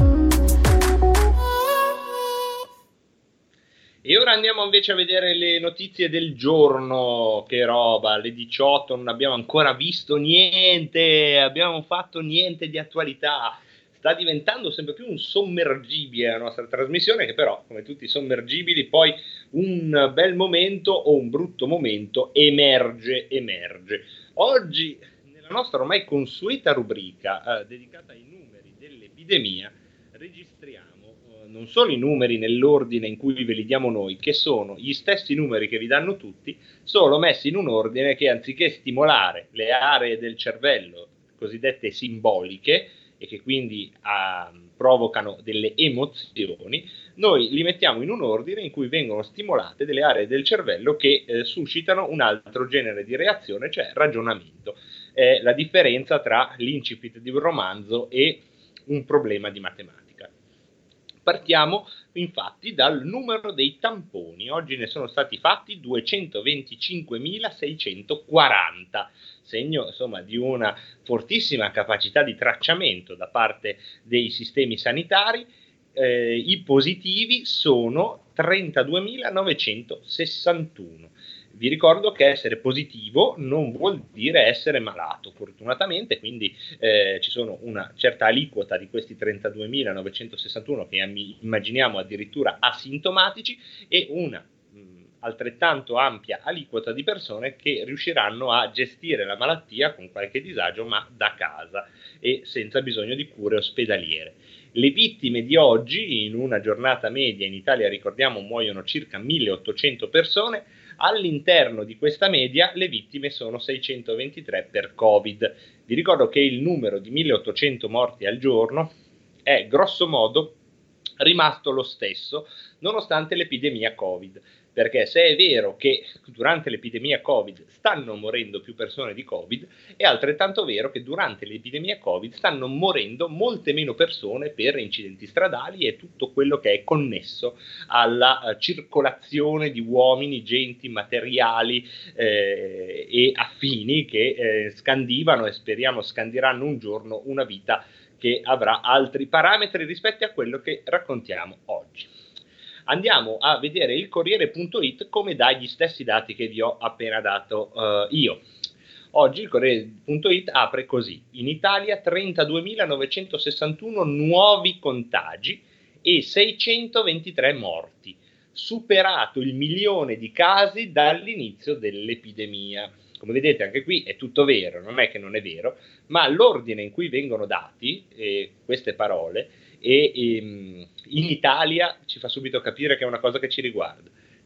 E ora andiamo invece a vedere le notizie del giorno. Che roba, alle diciotto non abbiamo ancora visto niente, abbiamo fatto niente di attualità. Sta diventando sempre più un sommergibile la nostra trasmissione, che però, come tutti i sommergibili, poi un bel momento o un brutto momento emerge, emerge. Oggi, nella nostra ormai consueta rubrica eh, dedicata ai numeri dell'epidemia, registriamo non solo i numeri nell'ordine in cui ve li diamo noi, che sono gli stessi numeri che vi danno tutti, solo messi in un ordine che anziché stimolare le aree del cervello cosiddette simboliche e che quindi ah, provocano delle emozioni, noi li mettiamo in un ordine in cui vengono stimolate delle aree del cervello che eh, suscitano un altro genere di reazione, cioè ragionamento. È la differenza tra l'incipit di un romanzo e un problema di matematica. Partiamo infatti dal numero dei tamponi. Oggi ne sono stati fatti duecentoventicinquemilaseicentoquaranta, segno insomma di una fortissima capacità di tracciamento da parte dei sistemi sanitari. Eh, I positivi sono trentaduemilanovecentosessantuno. Vi ricordo che essere positivo non vuol dire essere malato, fortunatamente, quindi eh, ci sono una certa aliquota di questi trentaduemilanovecentosessantuno che immaginiamo addirittura asintomatici e una mh, altrettanto ampia aliquota di persone che riusciranno a gestire la malattia con qualche disagio ma da casa e senza bisogno di cure ospedaliere. Le vittime di oggi, in una giornata media in Italia, ricordiamo, muoiono circa milleottocento persone. All'interno di questa media le vittime sono seicentoventitré per Covid. Vi ricordo che il numero di milleottocento morti al giorno è grosso modo rimasto lo stesso nonostante l'epidemia Covid. perché se è vero che durante l'epidemia Covid stanno morendo più persone di Covid, è altrettanto vero che durante l'epidemia Covid stanno morendo molte meno persone per incidenti stradali e tutto quello che è connesso alla uh, circolazione di uomini, genti, materiali eh, e affini che eh, scandivano e speriamo scandiranno un giorno una vita che avrà altri parametri rispetto a quello che raccontiamo oggi. Andiamo a vedere il Corriere punto it come dà gli stessi dati che vi ho appena dato uh, io. Oggi il Corriere punto it apre così: in Italia trentaduemilanovecentosessantuno nuovi contagi e seicentoventitré morti, superato il milione di casi dall'inizio dell'epidemia. Come vedete anche qui è tutto vero, non è che non è vero, ma l'ordine in cui vengono dati eh, queste parole e ehm, in Italia ci fa subito capire che è una cosa che ci riguarda.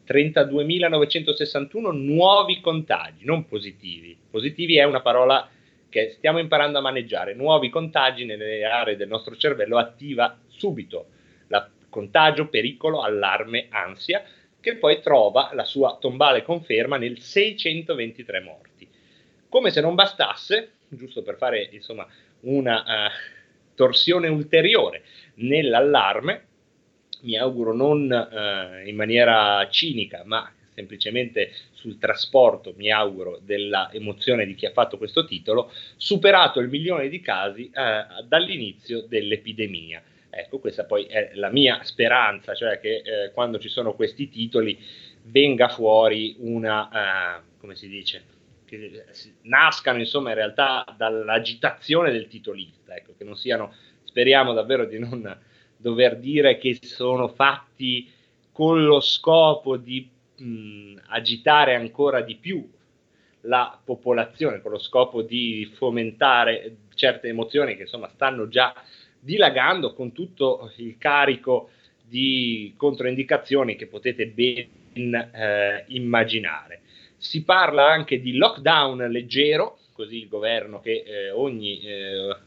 trentaduemilanovecentosessantuno nuovi contagi, non positivi. Positivi è una parola che stiamo imparando a maneggiare. Nuovi contagi nelle aree del nostro cervello attiva subito la contagio, pericolo, allarme, ansia, che poi trova la sua tombale conferma nel seicentoventitré morti. Come se non bastasse, giusto per fare insomma una uh, torsione ulteriore nell'allarme, mi auguro non uh, in maniera cinica, ma semplicemente sul trasporto, mi auguro, della emozione di chi ha fatto questo titolo, superato il milione di casi uh, dall'inizio dell'epidemia. Ecco, questa poi è la mia speranza, cioè che eh, quando ci sono questi titoli venga fuori una, uh, come si dice, che nascano insomma in realtà dall'agitazione del titolista, ecco, che non siano, speriamo davvero di non dover dire che sono fatti con lo scopo di mh, agitare ancora di più la popolazione, con lo scopo di fomentare certe emozioni che insomma stanno già dilagando con tutto il carico di controindicazioni che potete ben eh, immaginare. Si parla anche di lockdown leggero, così il governo che eh, ogni, eh,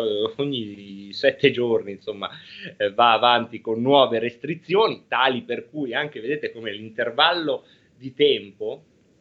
ogni sette giorni insomma, eh, va avanti con nuove restrizioni, tali per cui anche vedete come l'intervallo di tempo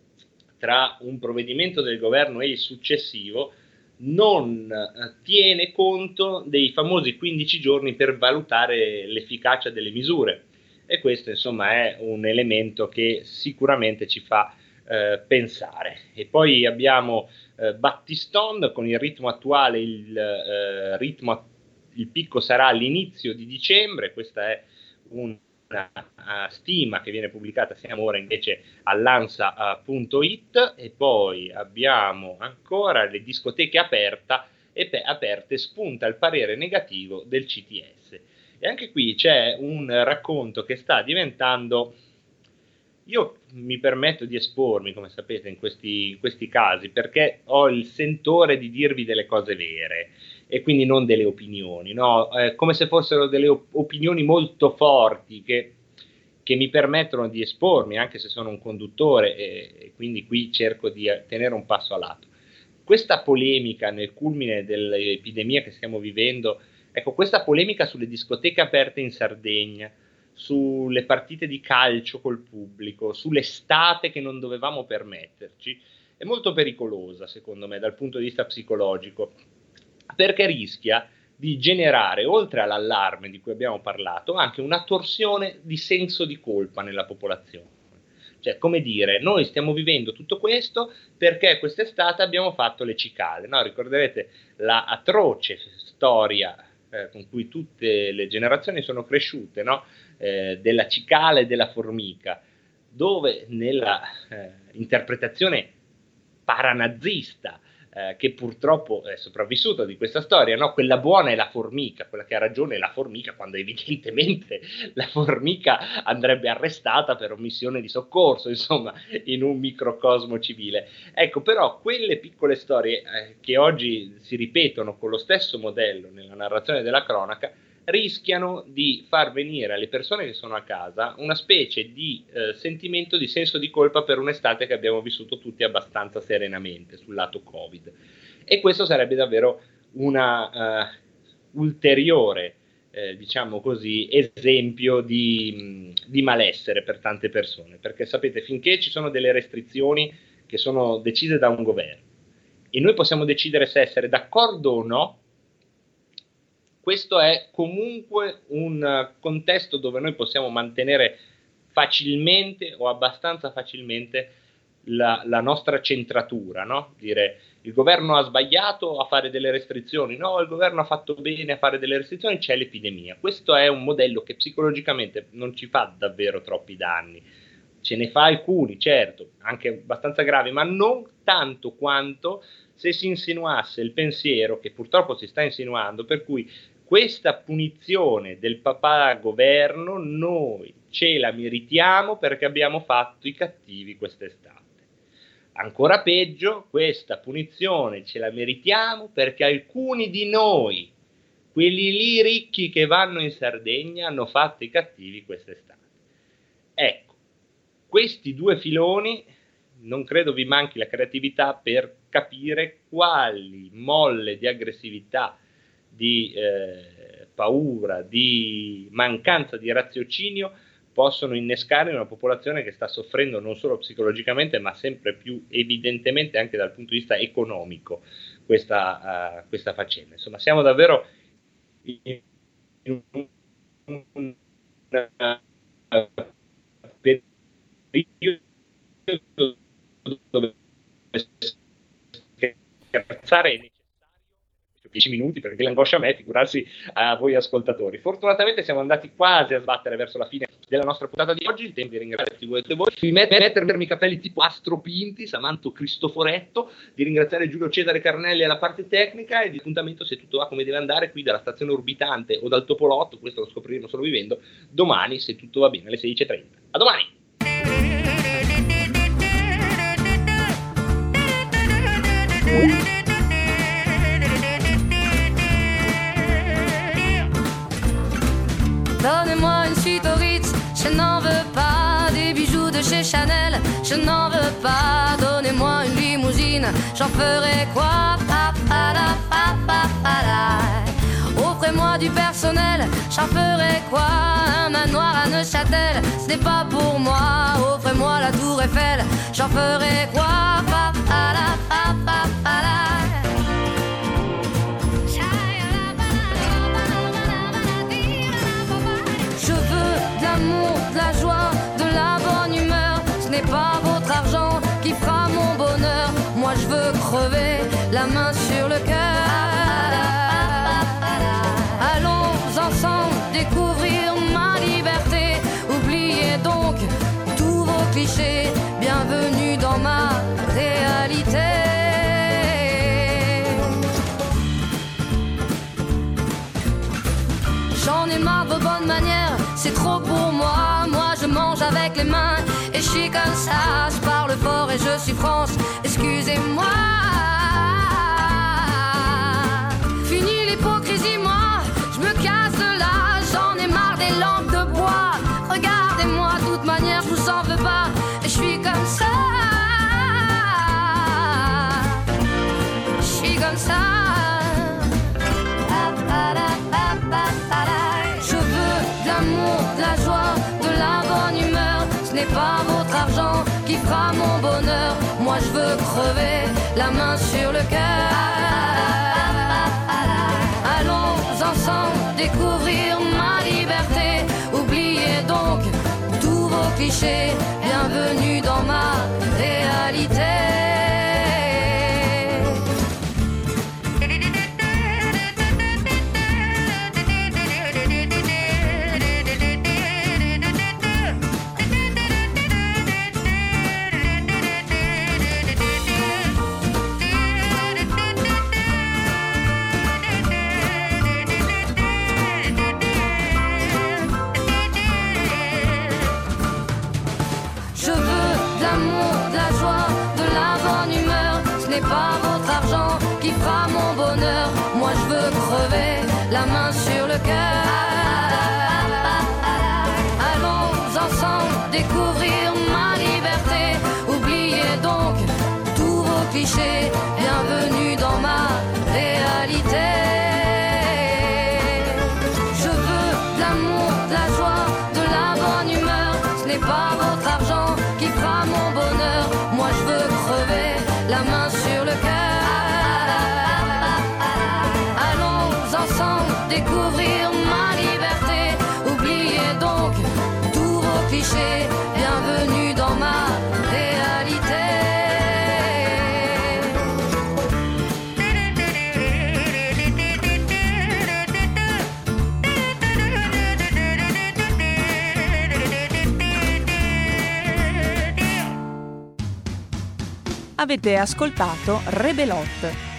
tra un provvedimento del governo e il successivo non tiene conto dei famosi quindici giorni per valutare l'efficacia delle misure, e questo insomma è un elemento che sicuramente ci fa eh, pensare. E poi abbiamo eh, Battiston con il ritmo attuale, il, eh, ritmo, il picco sarà all'inizio di dicembre, questa è un una stima che viene pubblicata, siamo ora invece all'ansa punto it. E poi abbiamo ancora le discoteche aperta e pe- aperte, spunta il parere negativo del C T S, e anche qui c'è un racconto che sta diventando, io mi permetto di espormi come sapete in questi, in questi casi perché ho il sentore di dirvi delle cose vere e quindi non delle opinioni, no? Eh, come se fossero delle op- opinioni molto forti che, che mi permettono di espormi, anche se sono un conduttore e, e quindi qui cerco di tenere un passo a lato. Questa polemica nel culmine dell'epidemia che stiamo vivendo, ecco, questa polemica sulle discoteche aperte in Sardegna, sulle partite di calcio col pubblico, sull'estate che non dovevamo permetterci, è molto pericolosa secondo me dal punto di vista psicologico, perché rischia di generare, oltre all'allarme di cui abbiamo parlato, anche una torsione di senso di colpa nella popolazione. Cioè, come dire, noi stiamo vivendo tutto questo perché quest'estate abbiamo fatto le cicale, no? Ricorderete la atroce storia eh, con cui tutte le generazioni sono cresciute, no? Eh, della cicala e della formica, dove nella eh, interpretazione paranazista eh, che purtroppo è sopravvissuta di questa storia, no? Quella buona è la formica, quella che ha ragione è la formica, quando evidentemente la formica andrebbe arrestata per omissione di soccorso, insomma, in un microcosmo civile. Ecco, però quelle piccole storie eh, che oggi si ripetono con lo stesso modello nella narrazione della cronaca rischiano di far venire alle persone che sono a casa una specie di eh, sentimento di senso di colpa per un'estate che abbiamo vissuto tutti abbastanza serenamente sul lato Covid, e questo sarebbe davvero una uh, ulteriore eh, diciamo così esempio di, di malessere per tante persone, perché sapete, finché ci sono delle restrizioni che sono decise da un governo e noi possiamo decidere se essere d'accordo o no, questo è comunque un contesto dove noi possiamo mantenere facilmente o abbastanza facilmente la, la nostra centratura, no? Dire il governo ha sbagliato a fare delle restrizioni, no, il governo ha fatto bene a fare delle restrizioni, c'è l'epidemia. Questo è un modello che psicologicamente non ci fa davvero troppi danni, ce ne fa alcuni, certo, anche abbastanza gravi, ma non tanto quanto se si insinuasse il pensiero, che purtroppo si sta insinuando, per cui questa punizione del papà governo noi ce la meritiamo perché abbiamo fatto i cattivi quest'estate. Ancora peggio, questa punizione ce la meritiamo perché alcuni di noi, quelli lì ricchi che vanno in Sardegna, hanno fatto i cattivi quest'estate. Ecco, questi due filoni non credo vi manchi la creatività per capire quali molle di aggressività, di eh, paura, di mancanza di raziocinio possono innescare in una popolazione che sta soffrendo non solo psicologicamente ma sempre più evidentemente anche dal punto di vista economico questa, uh, questa faccenda. Insomma, siamo davvero in un periodo dove scherzare è necessario. dieci minuti perché l'angoscia a me, figurarsi a voi ascoltatori. Fortunatamente siamo andati quasi a sbattere verso la fine della nostra puntata di oggi, il tempo di ringraziarti voi e voi, di mettermi i capelli tipo Astro Pinti, Samanto Cristoforetto, di ringraziare Giulio Cesare Carnelli alla parte tecnica e di appuntamento, se tutto va come deve andare, qui dalla stazione orbitante o dal Topolotto, questo lo scopriremo solo vivendo, domani, se tutto va bene, alle sedici e trenta. A domani! Donnez-moi une suite au Ritz, je n'en veux pas. Des bijoux de chez Chanel, je n'en veux pas. Donnez-moi une limousine, j'en ferai quoi? Pa, pa, la, pa, pa, pa, la. Offrez-moi du personnel, j'en ferai quoi? Un manoir à Neuchâtel, ce n'est pas pour moi. Offrez-moi la tour Eiffel, j'en ferai quoi? Pa, pa, la, pa, pa, pa, la. De la joie, de la bonne humeur, ce n'est pas votre argent qui fera mon bonheur. Moi je veux crever la main sur le cœur. Allons ensemble découvrir ma liberté. Oubliez donc tous vos clichés. Bienvenue dans ma réalité. J'en ai marre de vos bonnes manières, c'est trop pour moi. Moi je mange avec les mains et je suis comme ça. Je parle fort et je suis France, excusez-moi. Fini l'hypocrisie, moi je me casse de là. J'en ai marre des lampes de bois. Regardez-moi, de toute manière je vous en veux pas. Et je suis comme ça. Je suis comme ça. De la joie, de la bonne humeur, ce n'est pas votre argent qui fera mon bonheur. Moi je veux crever la main sur le cœur. Allons ensemble découvrir ma liberté. Oubliez donc tous vos clichés. Bienvenue dans ma réalité. Pas votre argent qui fera mon bonheur. Moi je veux crever la main sur le cœur. Allons ensemble découvrir ma liberté. Oubliez donc tous vos clichés. Bienvenue dans ma réalité. Je veux de l'amour, de la joie, de la bonne humeur. n'est pas votre argent qui fera mon bonheur. Moi je veux crever la main sur le cœur. Allons ensemble découvrir ma liberté. Oubliez donc tous vos clichés. Bienvenue dans ma réalité. Avete ascoltato Rebelot,